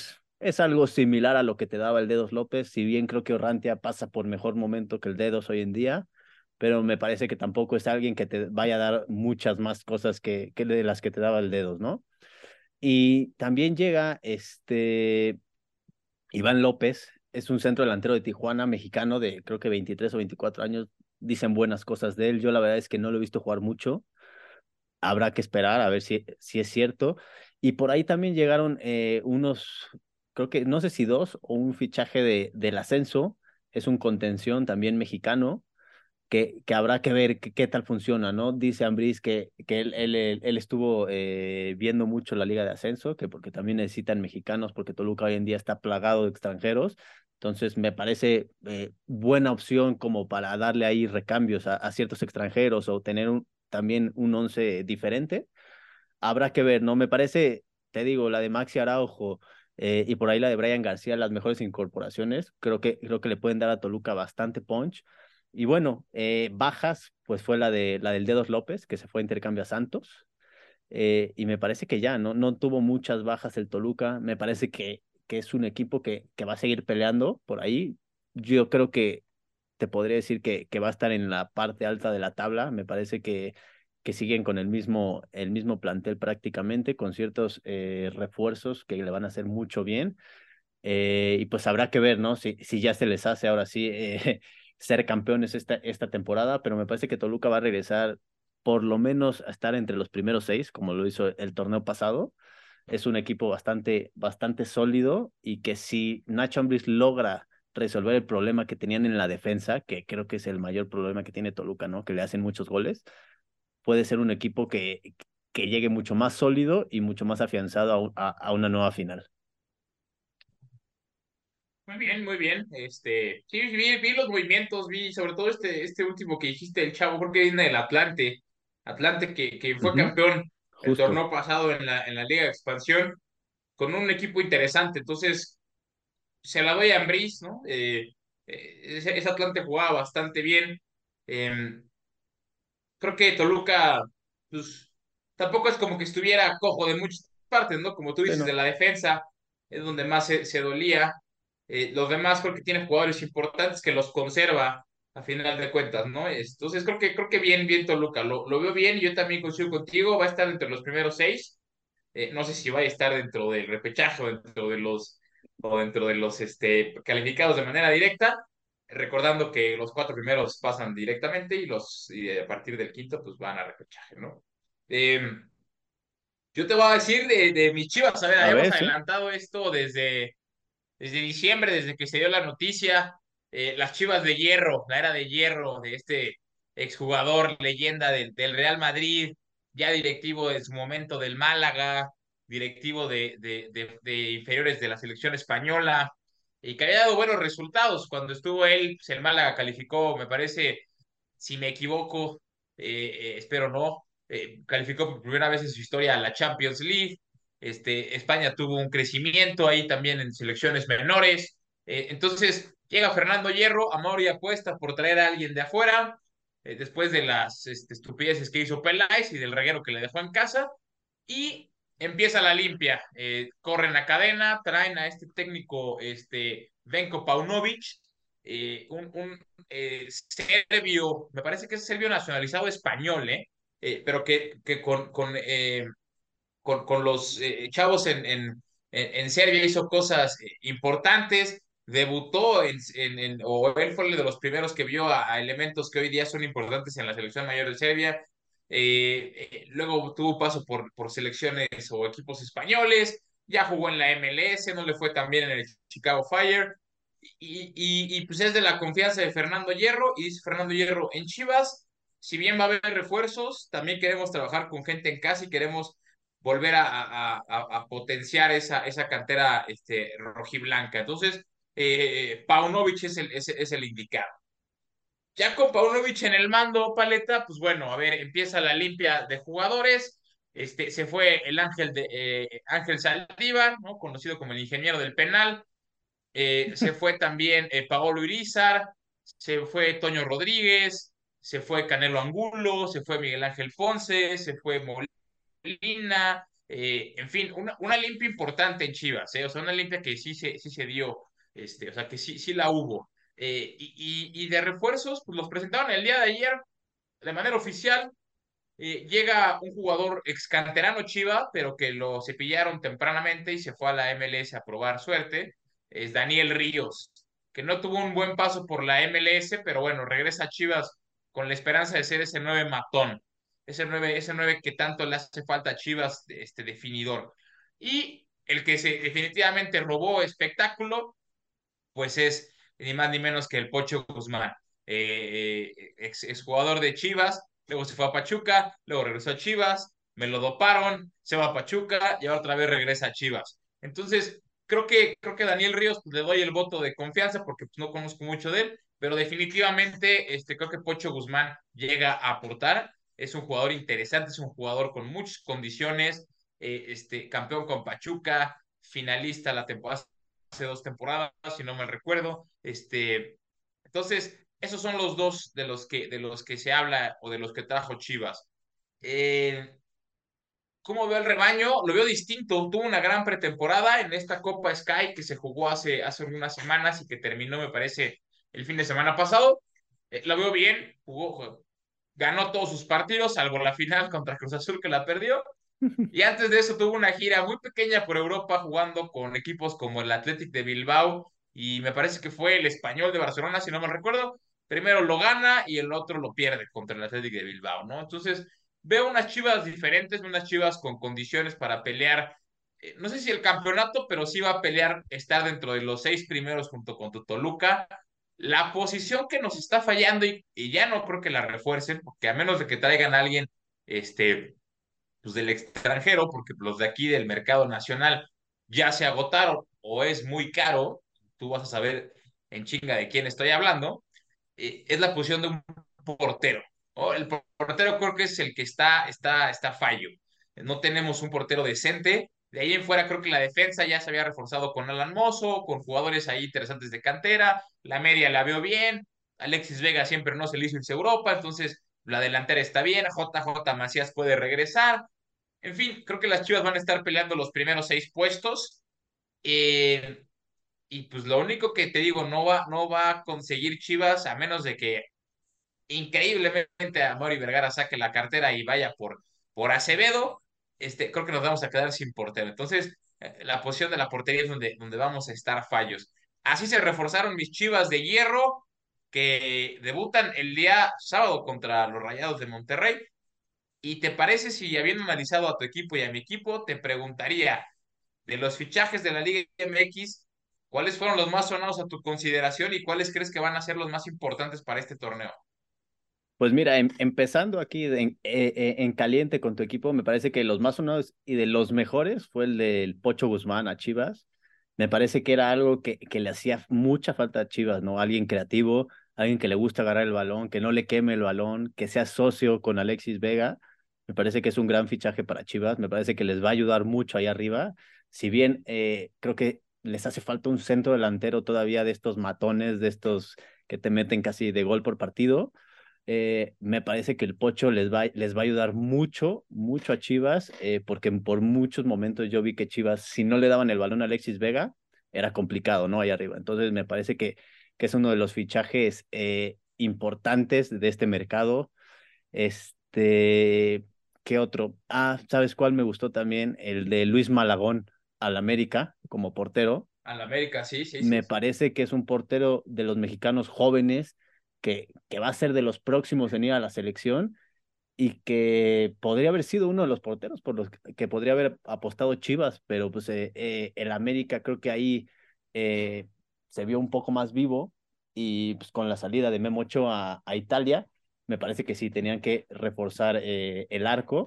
Es algo similar a lo que te daba el Dedos López, si bien creo que Orrantia pasa por mejor momento que el Dedos hoy en día, pero me parece que tampoco es alguien que te vaya a dar muchas más cosas que, que de las que te daba el Dedos, ¿no? Y también llega este Iván López, es un centro delantero de Tijuana, mexicano de creo que veintitrés o veinticuatro años, dicen buenas cosas de él, yo la verdad es que no lo he visto jugar mucho, habrá que esperar a ver si, si es cierto. Y por ahí también llegaron eh, unos, creo que no sé si dos o un fichaje de, del ascenso, es un contención también mexicano, que, que habrá que ver qué, qué tal funciona, ¿no? Dice Ambriz que, que él, él, él, él estuvo eh, viendo mucho la Liga de Ascenso, que porque también necesitan mexicanos, porque Toluca hoy en día está plagado de extranjeros. Entonces me parece eh, buena opción como para darle ahí recambios a, a ciertos extranjeros o tener un, también un once diferente. Habrá que ver, ¿no? Me parece, te digo, la de Maxi Araujo eh, y por ahí la de Brian García, las mejores incorporaciones. Creo que, creo que le pueden dar a Toluca bastante punch. Y bueno, eh, bajas, pues fue la de la del Dedos López, que se fue a intercambio a Santos. Eh, y me parece que ya, ¿no? No tuvo muchas bajas el Toluca. Me parece que, que es un equipo que, que va a seguir peleando por ahí. Yo creo que te podría decir que, que va a estar en la parte alta de la tabla. Me parece que, que siguen con el mismo, el mismo plantel prácticamente, con ciertos eh, refuerzos que le van a hacer mucho bien. Eh, y pues habrá que ver, ¿no? Si, si ya se les hace ahora sí eh, ser campeones esta, esta temporada, pero me parece que Toluca va a regresar por lo menos a estar entre los primeros seis, como lo hizo el torneo pasado. Es un equipo bastante, bastante sólido y que si Nacho Ambriz logra resolver el problema que tenían en la defensa, que creo que es el mayor problema que tiene Toluca, ¿no? Que le hacen muchos goles, puede ser un equipo que, que llegue mucho más sólido y mucho más afianzado a, a, a una nueva final. Muy bien, muy bien. Este, sí, vi, vi los movimientos, vi sobre todo este, este último que dijiste, el chavo, porque viene del Atlante. Atlante que, que fue Ujú. campeón el Justo. torneo pasado en la, en la Liga de Expansión, con un equipo interesante. Entonces, se la doy a Ambriz, ¿no? Eh, eh, ese, ese Atlante jugaba bastante bien. Eh, Creo que Toluca, pues, tampoco es como que estuviera cojo de muchas partes, ¿no? Como tú Sí, dices, de no. la defensa, es donde más se, se dolía. Eh, los demás creo que tienen jugadores importantes que los conserva a final de cuentas, ¿no? Entonces creo que, creo que bien, bien Toluca, lo, lo veo bien y yo también coincido contigo, va a estar entre los primeros seis. Eh, no sé si va a estar dentro del repechaje o dentro de los, o dentro de los este, calificados de manera directa, recordando que los cuatro primeros pasan directamente y los y a partir del quinto pues van a repechaje, ¿no? Eh, yo te voy a decir de, de mis Chivas, a ver, A habíamos ver, sí. adelantado esto desde, desde diciembre, desde que se dio la noticia, eh, las Chivas de Hierro, la era de Hierro, de este exjugador, leyenda del, del Real Madrid, ya directivo en su momento del Málaga, directivo de, de, de, de inferiores de la selección española, y que había dado buenos resultados. Cuando estuvo él, pues el Málaga calificó, me parece, si me equivoco, eh, eh, espero no, eh, calificó por primera vez en su historia a la Champions League. Este, España tuvo un crecimiento ahí también en selecciones menores. Eh, entonces llega Fernando Hierro, Amauri apuesta por traer a alguien de afuera, eh, después de las este, estupideces que hizo Peláez y del reguero que le dejó en casa, y empieza la limpia. Eh, corren la cadena, traen a este técnico, este, Venko Paunovic, eh, un, un eh, serbio, me parece que es serbio nacionalizado español, ¿eh? Eh, pero que, que con, con eh, con, con los eh, chavos en, en, en, Serbia hizo cosas eh, importantes, debutó en, en, en, o él fue de los primeros que vio a, a, elementos que hoy día son importantes en la selección mayor de Serbia. Eh, eh, luego tuvo paso por, por selecciones o equipos españoles, ya jugó en la M L S, no le fue tan bien en el Chicago Fire. Y, y, y pues es de la confianza de Fernando Hierro, y dice Fernando Hierro en Chivas, si bien va a haber refuerzos, también queremos trabajar con gente en casa y queremos volver a, a, a, a potenciar esa, esa cantera este, rojiblanca. Entonces, eh, Paunovic es el, es, es el indicado. Ya con Paunovic en el mando, Paleta, pues bueno, a ver, empieza la limpia de jugadores. Este, se fue el Ángel, de, eh, Ángel Saldívar, ¿no? Conocido como el ingeniero del penal. Eh, se fue también eh, Paolo Irizar, se fue Toño Rodríguez, se fue Canelo Angulo, se fue Miguel Ángel Ponce, se fue Molina, Eh, en fin, una, una limpia importante en Chivas, ¿eh? O sea, una limpia que sí se, sí se dio, este, o sea, que sí, sí la hubo. Eh, y, y, y de refuerzos, pues los presentaron el día de ayer de manera oficial. Eh, llega un jugador ex canterano Chiva, pero que lo cepillaron tempranamente y se fue a la M L S a probar suerte. Es Daniel Ríos, que no tuvo un buen paso por la M L S, pero bueno, regresa a Chivas con la esperanza de ser ese nueve matón, ese nueve, ese nueve que tanto le hace falta a Chivas, este definidor. Y el que se definitivamente robó espectáculo pues es ni más ni menos que el Pocho Guzmán, eh, eh, ex, ex jugador de Chivas, luego se fue a Pachuca, luego regresó a Chivas, me lo doparon, se va a Pachuca y ahora otra vez regresa a Chivas. Entonces, creo que, creo que Daniel Ríos pues, le doy el voto de confianza porque pues, no conozco mucho de él, pero definitivamente este, creo que Pocho Guzmán llega a aportar. Es un jugador interesante, es un jugador con muchas condiciones, eh, este, campeón con Pachuca, finalista la temporada hace dos temporadas, si no me recuerdo. Este, entonces, esos son los dos de los que, de los que se habla o de los que trajo Chivas. Eh, ¿Cómo veo el rebaño? Lo veo distinto. Tuvo una gran pretemporada en esta Copa Sky que se jugó hace, hace unas semanas y que terminó, me parece, el fin de semana pasado. Eh, lo veo bien, jugó, ganó todos sus partidos, salvo la final contra Cruz Azul que la perdió. Y antes de eso tuvo una gira muy pequeña por Europa jugando con equipos como el Athletic de Bilbao y me parece que fue el Español de Barcelona, si no me recuerdo. Primero lo gana y el otro lo pierde contra el Athletic de Bilbao, ¿no? Entonces veo unas Chivas diferentes, unas Chivas con condiciones para pelear, eh, no sé si el campeonato, pero sí va a pelear estar dentro de los seis primeros junto con tu Toluca. La posición que nos está fallando y, y ya no creo que la refuercen, porque a menos de que traigan a alguien, este pues, del extranjero, porque los de aquí del mercado nacional ya se agotaron o es muy caro, tú vas a saber en chinga de quién estoy hablando, eh, es la posición de un portero, ¿no? El portero creo que es el que está, está, está fallo. No tenemos un portero decente. De ahí en fuera creo que la defensa ya se había reforzado con Alan Mozo, con jugadores ahí interesantes de cantera. La media la veo bien. Alexis Vega siempre no se le hizo irse a Europa, entonces la delantera está bien. J J Macías puede regresar. En fin, creo que las Chivas van a estar peleando los primeros seis puestos. Eh, y pues lo único que te digo, no va, no va a conseguir Chivas a menos de que increíblemente a Mori Vergara saque la cartera y vaya por, por Acevedo. Este, creo que nos vamos a quedar sin portero. Entonces, eh, la posición de la portería es donde, donde vamos a estar fallos. Así se reforzaron mis Chivas de hierro que debutan el día sábado contra los Rayados de Monterrey. ¿Y te parece si, habiendo analizado a tu equipo y a mi equipo, te preguntaría de los fichajes de la Liga M X, cuáles fueron los más sonados a tu consideración y cuáles crees que van a ser los más importantes para este torneo? Pues mira, em- empezando aquí de- en, eh, eh, en caliente con tu equipo, me parece que los más sonados y de los mejores fue el del Pocho Guzmán a Chivas. Me parece que era algo que, que le hacía mucha falta a Chivas, ¿no? Alguien creativo, alguien que le gusta agarrar el balón, que no le queme el balón, que sea socio con Alexis Vega. Me parece que es un gran fichaje para Chivas. Me parece que les va a ayudar mucho ahí arriba. Si bien eh, creo que les hace falta un centro delantero todavía de estos matones, de estos que te meten casi de gol por partido, eh, me parece que el Pocho les va, les va a ayudar mucho, mucho a Chivas, eh, porque por muchos momentos yo vi que Chivas, si no le daban el balón a Alexis Vega, era complicado, ¿no? Ahí arriba. Entonces me parece que, que es uno de los fichajes eh, importantes de este mercado. Este, ¿qué otro? Ah, ¿sabes cuál me gustó también? El de Luis Malagón al América como portero. Al América, sí, sí, sí. Me parece que es un portero de los mexicanos jóvenes que, que va a ser de los próximos en ir a la selección y que podría haber sido uno de los porteros por los que, que podría haber apostado Chivas, pero pues eh, eh, el América creo que ahí eh, se vio un poco más vivo y pues con la salida de Memo Ochoa a, a Italia, me parece que sí tenían que reforzar eh, el arco.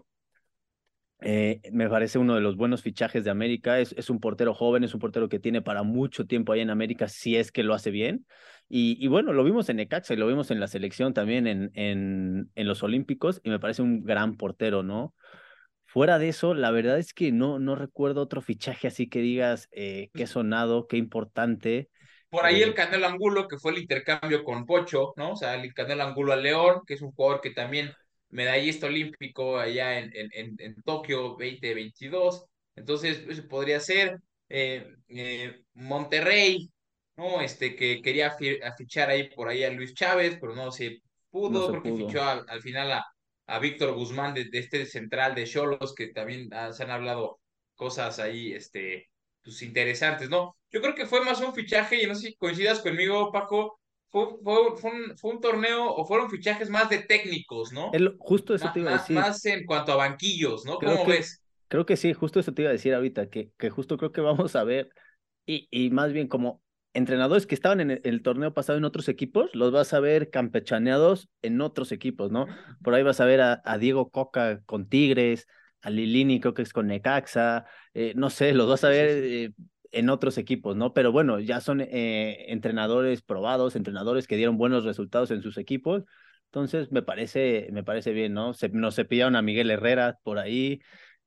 Eh, me parece uno de los buenos fichajes de América. Es, es un portero joven, es un portero que tiene para mucho tiempo ahí en América, si es que lo hace bien. Y, y bueno, lo vimos en Necaxa y lo vimos en la selección también en, en, en los Olímpicos y me parece un gran portero, ¿no? Fuera de eso, la verdad es que no, no recuerdo otro fichaje así que digas eh, qué Pues, sonado, qué importante. por ahí el Eh, Canelo Angulo, que fue el intercambio con Pocho, ¿no? O sea, el Canelo Angulo al León, que es un jugador que también medallista olímpico allá en, en, en, en Tokio dos mil veintidós. Entonces, eso podría ser eh, eh, Monterrey, ¿no? Este, que quería fi- a fichar ahí por ahí a Luis Chávez, pero no se No pudo. se Creo que fichó pudo. al, al final a, a Víctor Guzmán de, de este central de Xolos, que también ah, se han hablado cosas ahí, este, pues interesantes, ¿no? Yo creo que fue más un fichaje, y no sé si coincidas conmigo, Paco, fue, fue, fue un, fue un torneo o fueron fichajes más de técnicos, ¿no? El, justo eso te Má- iba a má- decir. más en cuanto a banquillos, ¿no? Creo ¿Cómo que, ves? creo que sí, justo eso te iba a decir ahorita, que, que justo creo que vamos a ver, y, y más bien como entrenadores que estaban en el, el torneo pasado en otros equipos, los vas a ver campechaneados en otros equipos, ¿no? Ujú. Por ahí vas a ver a, a Diego Coca con Tigres, a Lilini creo que es con Necaxa, eh, no sé, los vas a Sí, sí, ver sí. eh, en otros equipos, ¿no? Pero bueno, ya son eh, entrenadores probados, entrenadores que dieron buenos resultados en sus equipos. Entonces me parece, me parece bien, ¿no? Se, nos cepillaron a Miguel Herrera por ahí,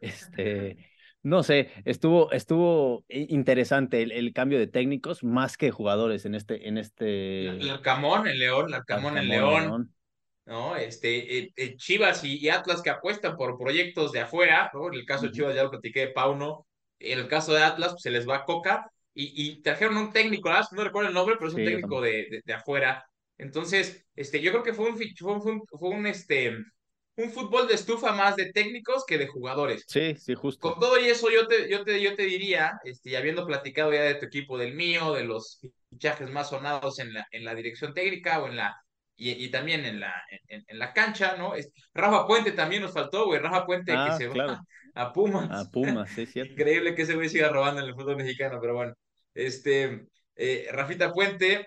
este, no sé, estuvo, estuvo i- interesante el, el cambio de técnicos más que jugadores en este, en La- este Larcamón, el León, Larcamón, el Arcamón León, León. ¿no? Este, eh, eh, Chivas y, y Atlas que apuestan por proyectos de afuera, ¿no? En el caso de Ujú. Chivas ya lo platiqué de Pauno, en el caso de Atlas pues, se les va Coca y, y trajeron un técnico, ¿verdad? No recuerdo el nombre, pero es un Sí, yo técnico tampoco. de, de, de afuera. Entonces, este, yo creo que fue un, fi- fue un, fue un, fue un, este, un fútbol de estufa más de técnicos que de jugadores. Sí, sí, Con justo. todo y eso, yo te, yo te, yo te diría, este, y habiendo platicado ya de tu equipo, del mío, de los fichajes más sonados en la, en la dirección técnica o en la, y, y también en la, en, en la cancha, ¿no? Es, Rafa Puente también nos faltó, güey, Rafa Puente que Ah, se va claro. a A Pumas. Pumas, sí, es cierto. Increíble que ese güey siga robando en el fútbol mexicano, pero bueno. Este, eh, Rafita Puente,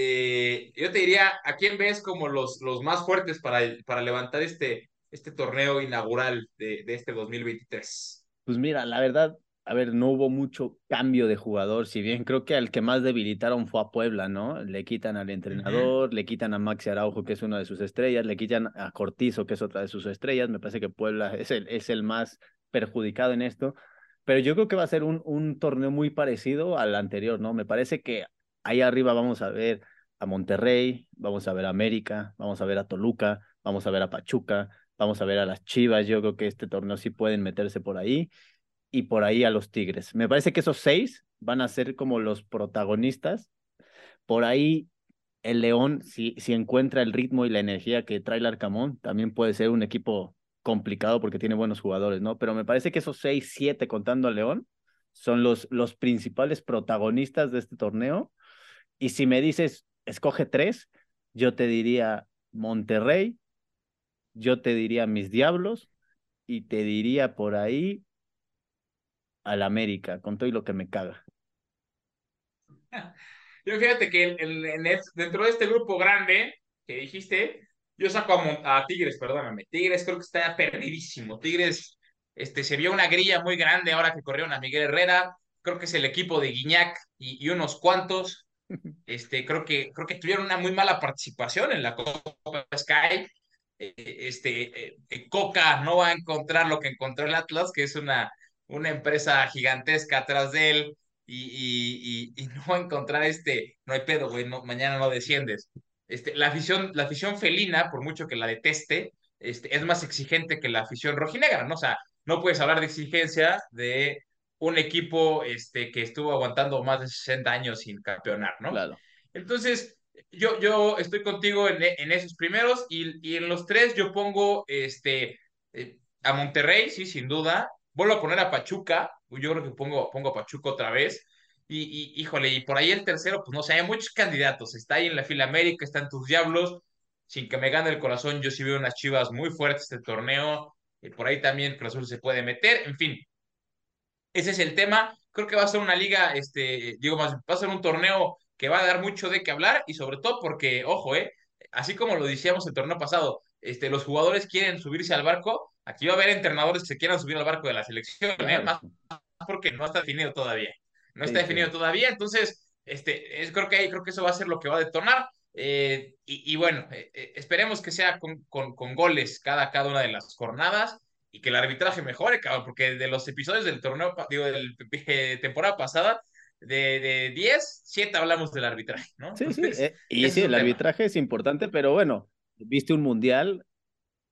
eh, yo te diría, ¿a quién ves como los, los más fuertes para, para levantar este, este torneo inaugural de, de este dos mil veintitrés? Pues mira, la verdad, a ver, no hubo mucho cambio de jugador, si bien creo que al que más debilitaron fue a Puebla, ¿no? Le quitan al Ujú. entrenador, le quitan a Maxi Araujo, que es una de sus estrellas, le quitan a Cortizo, que es otra de sus estrellas. Me parece que Puebla es el, es el más perjudicado en esto, pero yo creo que va a ser un, un torneo muy parecido al anterior, ¿no? Me parece que ahí arriba vamos a ver a Monterrey, vamos a ver a América, vamos a ver a Toluca, vamos a ver a Pachuca. Vamos a ver a las Chivas, yo creo que este torneo sí pueden meterse por ahí y por ahí a los Tigres. Me parece que esos seis van a ser como los protagonistas. Por ahí el León, si, si encuentra el ritmo y la energía que trae el Arcamón, también puede ser un equipo complicado porque tiene buenos jugadores, ¿no? Pero me parece que esos seis, siete, contando al León, son los, los principales protagonistas de este torneo. Y si me dices, escoge tres, yo te diría Monterrey, yo te diría mis Diablos y te diría por ahí al América, con todo y lo que me caga. Yo fíjate que en, en- en es- dentro de este grupo grande que dijiste, yo saco a, Mon- a Tigres, perdóname. Tigres creo que está perdidísimo. Tigres este, se vio una grilla muy grande ahora que corrieron a Miguel Herrera. Creo que es el equipo de Guiñac y, y unos cuantos. Este, creo que, creo que tuvieron una muy mala participación en la Copa Sky. Eh, este, eh, eh, Coca no va a encontrar lo que encontró el Atlas, que es una, una empresa gigantesca atrás de él, y, y, y, y no va a encontrar este, no hay pedo, güey, no, mañana no desciendes. Este, la afición, la afición felina, por mucho que la deteste, este, es más exigente que la afición rojinegra, ¿no? O sea, no puedes hablar de exigencia de un equipo este, que estuvo aguantando más de sesenta años sin campeonar, ¿no? Claro. Entonces, yo, yo estoy contigo en, en esos primeros y, y, en los tres yo pongo este, eh, a Monterrey, sí, sin duda. Vuelvo a poner a Pachuca, yo creo que pongo, pongo a Pachuca otra vez. Y, y, híjole, y por ahí el tercero, pues no sé, hay muchos candidatos. Está ahí en la fila América, están tus Diablos. Sin que me gane el corazón, yo sí veo unas Chivas muy fuertes este torneo. Y por ahí también Cruz Azul se puede meter. En fin, ese es el tema. Creo que va a ser una liga, este, digo más, va a ser un torneo que va a dar mucho de qué hablar y sobre todo porque, ojo, eh, así como lo decíamos el torneo pasado, este, los jugadores quieren subirse al barco, aquí va a haber entrenadores que se quieran subir al barco de la selección, eh, Claro, más porque no está definido todavía. No está sí, definido sí. todavía, entonces, este, es, creo que creo que eso va a ser lo que va a detonar. Eh, y, y, bueno, eh, eh, esperemos que sea con, con, con goles cada, cada una de las jornadas y que el arbitraje mejore, cabrón, porque de los episodios del torneo, digo, de la temporada pasada, de, de diez siete hablamos del arbitraje, ¿no? Sí, sí. Entonces, eh, y ese sí, es un el tema. arbitraje es importante, pero bueno, viste un mundial.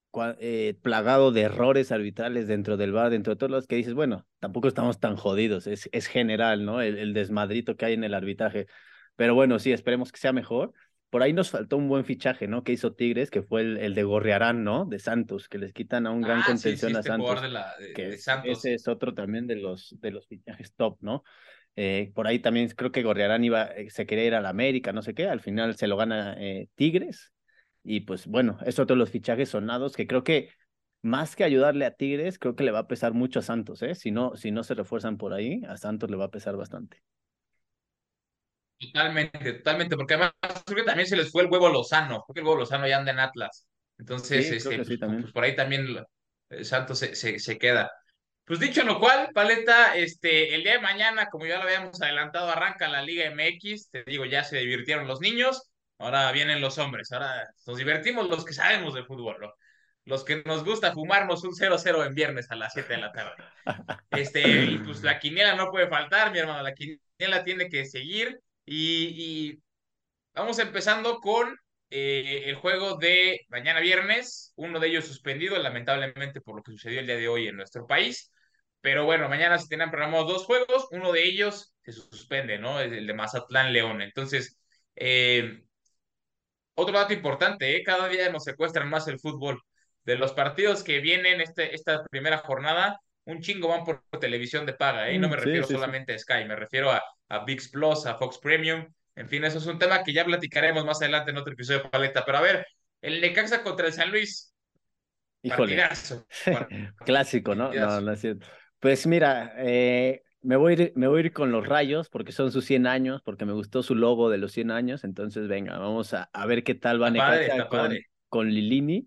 cua- eh, plagado de errores arbitrales dentro del V A R, dentro de todos los que dices, bueno, tampoco estamos tan jodidos, es, es general, ¿no? El, el desmadrito que hay en el arbitraje. Pero bueno, sí, esperemos que sea mejor. Por ahí nos faltó un buen fichaje, ¿no? Que hizo Tigres, que fue el, el de Gorriarán, ¿no? De Santos, que les quitan a un gran Ah, sí, sí, contención a este jugador Santos, de, la, de, que de es, ese Santos. es otro también de los, de los fichajes top, ¿no? Eh, por ahí también creo que Gorriarán iba, eh, se quería ir a la América, no sé qué, al final se lo gana eh, Tigres. Y pues bueno, es otro de los fichajes sonados que creo que más que ayudarle a Tigres, creo que le va a pesar mucho a Santos, ¿eh? Si no, si no se refuerzan por ahí, a Santos le va a pesar bastante. Totalmente, totalmente, porque además creo que también se les fue el huevo Lozano, creo que el huevo Lozano ya anda en Atlas. Entonces, Sí, creo este, que sí pues, co- también. pues por ahí también lo- eh, Santos se, se, se queda. Pues dicho lo cual, Paleta, este, el día de mañana, como ya lo habíamos adelantado, arranca la Liga M X. Te digo, ya se divirtieron los niños, ahora vienen los hombres, ahora nos divertimos los que sabemos de fútbol, ¿no? Los que nos gusta fumarnos un cero cero en viernes a las siete de la tarde. Este, y pues la quiniela no puede faltar, mi hermano, la quiniela tiene que seguir. Y, y vamos empezando con eh, el juego de mañana viernes, uno de ellos suspendido, lamentablemente por lo que sucedió el día de hoy en nuestro país. Pero bueno, mañana se tienen programados dos juegos, uno de ellos se suspende, ¿no? Es el de Mazatlán León. Entonces, eh, otro dato importante, ¿eh? Cada día nos secuestran más el fútbol. De los partidos que vienen este, esta primera jornada, un chingo van por televisión de paga, ¿eh? Y no Mm, me sí, refiero sí, sí. solamente a Sky, me refiero a, a ViX Plus, a Fox Premium. En fin, eso es un tema que ya platicaremos más adelante en otro episodio de Paleta. Pero a ver, el Necaxa contra el San Luis, Híjole, partidazo, clásico, ¿no? No, partidazo. no es cierto. Pues mira, eh, me voy a ir, me voy a ir con los Rayos porque son sus cien años, porque me gustó su logo de los cien años. Entonces, venga, vamos a, a ver qué tal va Está padre, Necaxa está con, padre. con Lilini.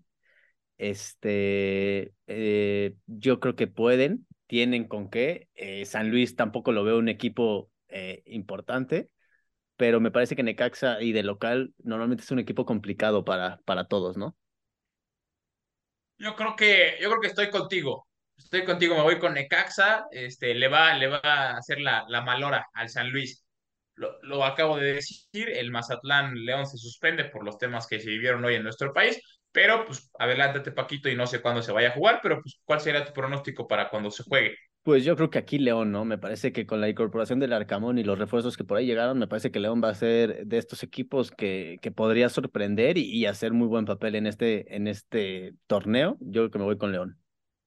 Este, eh, yo creo que pueden, tienen con qué. Eh, San Luis tampoco lo veo un equipo eh, importante, pero me parece que Necaxa y de local normalmente es un equipo complicado para, para todos, ¿no? Yo creo que, yo creo que estoy contigo. Estoy contigo, me voy con Necaxa. Este, le va, le va a hacer la, la malora al San Luis. Lo, lo acabo de decir, el Mazatlán León se suspende por los temas que se vivieron hoy en nuestro país, pero pues adelántate Paquito y no sé cuándo se vaya a jugar, pero pues ¿cuál sería tu pronóstico para cuando se juegue? Pues yo creo que aquí León, ¿no? Me parece que con la incorporación del Arcamón y los refuerzos que por ahí llegaron, me parece que León va a ser de estos equipos que, que podría sorprender y, y hacer muy buen papel en este, en este torneo. Yo creo que me voy con León.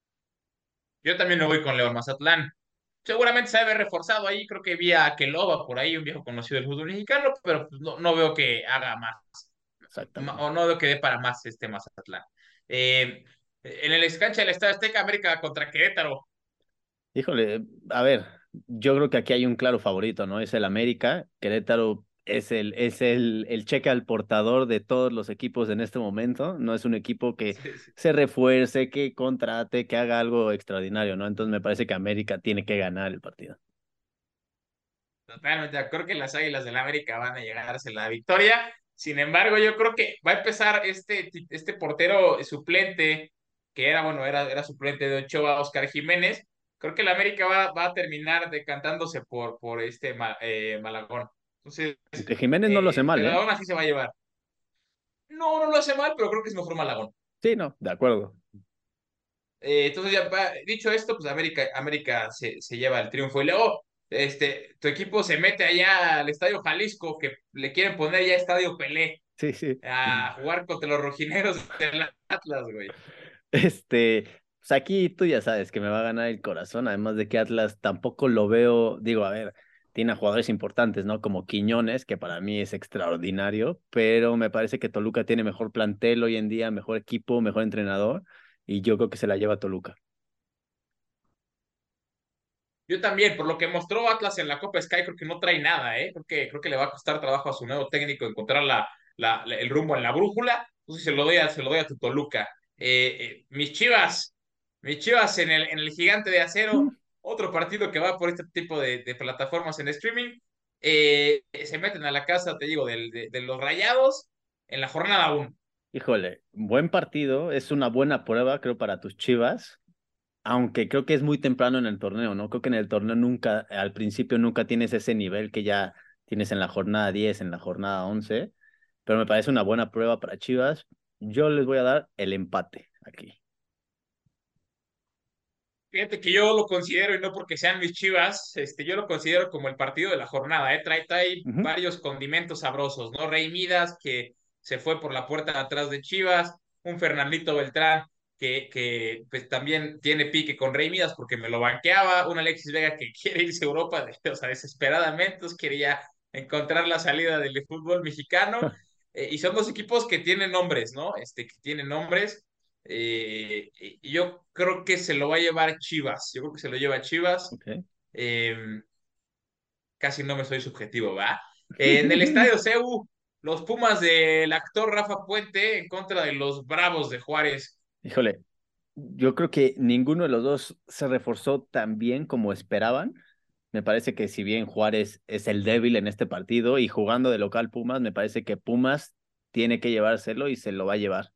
Yo también me voy con León Mazatlán. Seguramente se debe reforzado ahí, creo que vi a Keloba por ahí, un viejo conocido del fútbol mexicano, pero pues, no, no veo que haga más, ma- Exactamente. o no veo que dé para más este Mazatlán. Eh, en el cancha del Estadio Azteca, América contra Querétaro. Híjole, a ver, yo creo que aquí hay un claro favorito, ¿no? Es el América. Querétaro es el, es el, el cheque al portador de todos los equipos en este momento. No es un equipo que Sí, sí. se refuerce, que contrate, que haga algo extraordinario, ¿no? Entonces me parece que América tiene que ganar el partido. Totalmente, creo que las Águilas del América van a llegarse la victoria. Sin embargo, yo creo que va a empezar este, este portero suplente, que era, bueno, era, era suplente de Ochoa, Oscar Jiménez. Creo que el América va, va a terminar decantándose por, por este Ma- eh, Malagón. Entonces, Aunque Jiménez no lo hace eh, mal, pero ¿eh? aún así se va a llevar. No, no lo hace mal, pero creo que es mejor Malagón. Sí, no, de acuerdo. Eh, entonces, ya va- dicho esto, pues América, América se, se lleva el triunfo. Y luego, este, tu equipo se mete allá al Estadio Jalisco, que le quieren poner ya Estadio Pelé, Sí, sí. a jugar contra los rojineros del Atlas, güey. Este, pues aquí tú ya sabes que me va a ganar el corazón, además de que Atlas tampoco lo veo, digo, a ver, tiene a jugadores importantes, ¿no? Como Quiñones, que para mí es extraordinario, pero me parece que Toluca tiene mejor plantel hoy en día, mejor equipo, mejor entrenador, y yo creo que se la lleva Toluca. Yo también, por lo que mostró Atlas en la Copa Sky, creo que no trae nada, ¿eh? Creo que, creo que le va a costar trabajo a su nuevo técnico encontrar la, la- la- el rumbo en la brújula. Entonces se lo doy a, se lo doy a tu Toluca. Eh, eh, mis Chivas, mis Chivas en el, en el Gigante de Mm. Acero, otro partido que va por este tipo de, de plataformas en streaming. Eh, se meten a la casa, te digo, del- de, de los Rayados en la jornada uno. Híjole, buen partido, es una buena prueba, creo, para tus Chivas. Aunque creo que es muy temprano en el torneo, ¿no? Creo que en el torneo nunca, al principio nunca tienes ese nivel que ya tienes en la jornada diez, en la jornada once, pero me parece una buena prueba para Chivas. Yo les voy a dar el empate. aquí. Fíjate que yo lo considero, y no porque sean mis Chivas, este, yo lo considero como el partido de la jornada, ¿eh? Trae, trae Ujú. varios condimentos sabrosos, ¿no? Rey Midas, que se fue por la puerta de atrás de Chivas, un Fernandito Beltrán, que, que pues, también tiene pique con Rey Midas porque me lo banqueaba, un Alexis Vega que quiere irse a Europa, de- o sea, desesperadamente, pues, quería encontrar la salida del fútbol mexicano, eh, y son dos equipos que tienen nombres, ¿no? Este, que tienen nombres. Eh, y yo creo que se lo va a llevar Chivas. Yo creo que se lo lleva Chivas. Ok. Eh, Casi no me soy subjetivo, ¿va? Eh, en el Estadio C U, los Pumas del actor Rafa Puente en contra de los Bravos de Juárez. Híjole, yo creo que ninguno de los dos se reforzó tan bien como esperaban. Me parece que si bien Juárez es el débil en este partido y jugando de local Pumas, me parece que Pumas tiene que llevárselo y se lo va a llevar.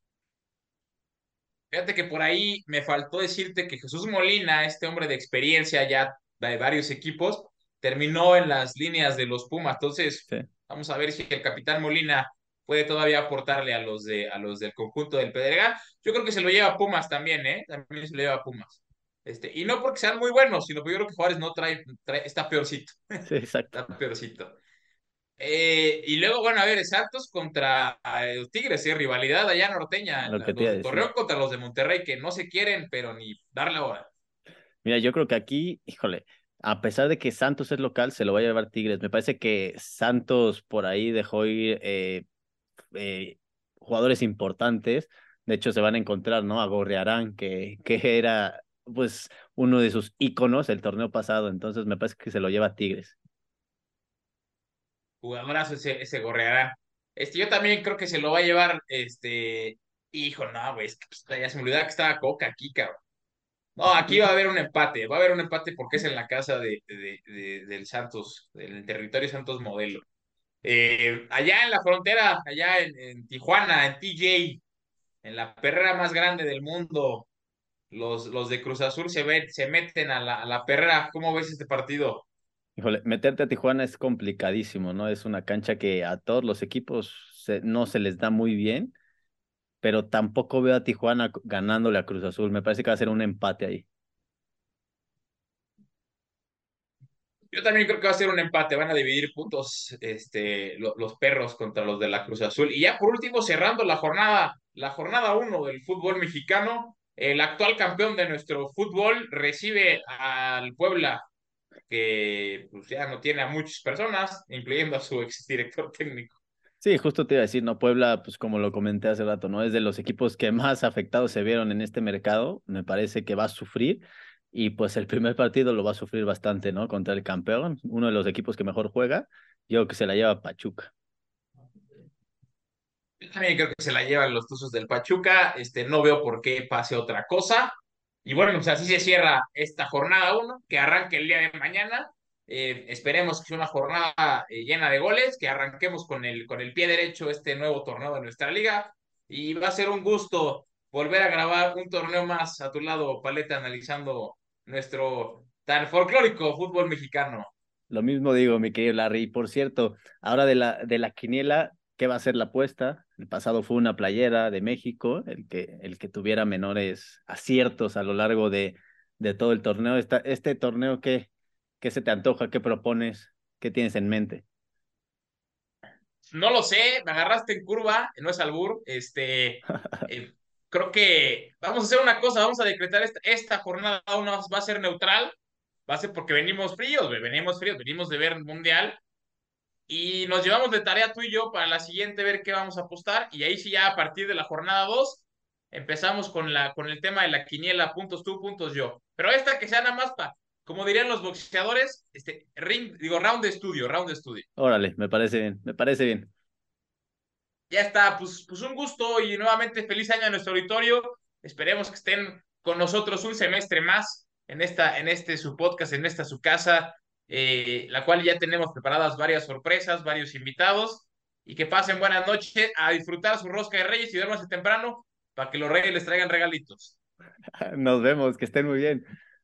Fíjate que por ahí me faltó decirte que Jesús Molina, este hombre de experiencia ya de varios equipos, terminó en las líneas de los Pumas. Entonces, Sí, vamos a ver si el capitán Molina puede todavía aportarle a los de a los del conjunto del Pedregal. Yo creo que se lo lleva Pumas también, ¿eh? También se lo lleva Pumas. Este, y no porque sean muy buenos, sino porque yo creo que Juárez no trae, trae está peorcito, sí, exacto. está peorcito. Eh, y luego, bueno, a ver, Santos contra eh, Tigres, ¿eh? Rivalidad allá norteña, Lo que te los iba a de decir. Torreón contra los de Monterrey, que no se quieren, pero ni dar la hora. Mira, yo creo que aquí, híjole, a pesar de que Santos es local, se lo va a llevar Tigres. Me parece que Santos por ahí dejó ir eh, eh, jugadores importantes. De hecho, se van a encontrar, ¿no? A Gorriarán, que, que era pues uno de sus íconos el torneo pasado. Entonces me parece que se lo lleva Tigres. Jugadorazo ese, ese Gorrearán. Este, yo también creo que se lo va a llevar, este, hijo, no, güey, es que, pues, ya se me olvidaba que estaba Coca aquí, cabrón. No, aquí va a haber un empate, va a haber un empate porque es en la casa de, de- de- del Santos, del territorio Santos Modelo. Eh, allá en la frontera, allá en, en Tijuana, en T J, en la perrera más grande del mundo, los, los de Cruz Azul se, ven, se meten a la, a la perrera. ¿Cómo ves este partido? Híjole, meterte a Tijuana es complicadísimo, ¿no? Es una cancha que a todos los equipos se- no se les da muy bien, pero tampoco veo a Tijuana ganándole a Cruz Azul. Me parece que va a ser un empate ahí. Yo también creo que va a ser un empate, van a dividir puntos este, lo- los perros contra los de la Cruz Azul. Y ya por último, cerrando la jornada, la jornada uno del fútbol mexicano, el actual campeón de nuestro fútbol recibe al Puebla, que pues, ya no tiene a muchas personas, incluyendo a su exdirector técnico. Sí, justo te iba a decir, ¿no? Puebla, pues como lo comenté hace rato, ¿no? Es de los equipos que más afectados se vieron en este mercado. Me parece que va a sufrir y pues el primer partido lo va a sufrir bastante, ¿no? Contra el campeón, uno de los equipos que mejor juega. Yo creo que se la lleva Pachuca. Yo también creo que se la llevan los Tuzos del Pachuca. Este, no veo por qué pase otra cosa. Y bueno, pues así se cierra esta jornada uno, que arranque el día de mañana. Eh, esperemos que sea una jornada eh, llena de goles, que arranquemos con el, con el pie derecho este nuevo torneo de nuestra liga. Y va a ser un gusto volver a grabar un torneo más a tu lado, Paleta, analizando nuestro tan folclórico fútbol mexicano. Lo mismo digo, mi querido Larry. Y por cierto, ahora de la, de la quiniela, ¿qué va a ser la apuesta? El pasado fue una playera de México, el que, el que tuviera menores aciertos a lo largo de, de todo el torneo. Esta, este torneo, ¿qué, ¿qué se te antoja? ¿Qué propones? ¿Qué tienes en mente? No lo sé, me agarraste en curva, no es albur. Este, eh, creo que vamos a hacer una cosa, vamos a decretar esta, esta jornada una va a ser neutral, va a ser porque venimos fríos, güey, venimos fríos, venimos de ver el mundial y nos llevamos de tarea tú y yo para la siguiente ver qué vamos a apostar y ahí sí ya a partir de la jornada dos empezamos con la con el tema de la quiniela, puntos tú, puntos yo. Pero esta que sea nada más para, como dirían los boxeadores, este ring, digo round de estudio, round de estudio. Órale, me parece bien, me parece bien. Ya está, pues, pues un gusto y nuevamente feliz año a nuestro auditorio. Esperemos que estén con nosotros un semestre más en esta, en este su podcast, en esta su casa, eh, la cual ya tenemos preparadas varias sorpresas, varios invitados y que pasen buenas noches a disfrutar su rosca de Reyes y duérmanse temprano para que los Reyes les traigan regalitos. Nos vemos, que estén muy bien.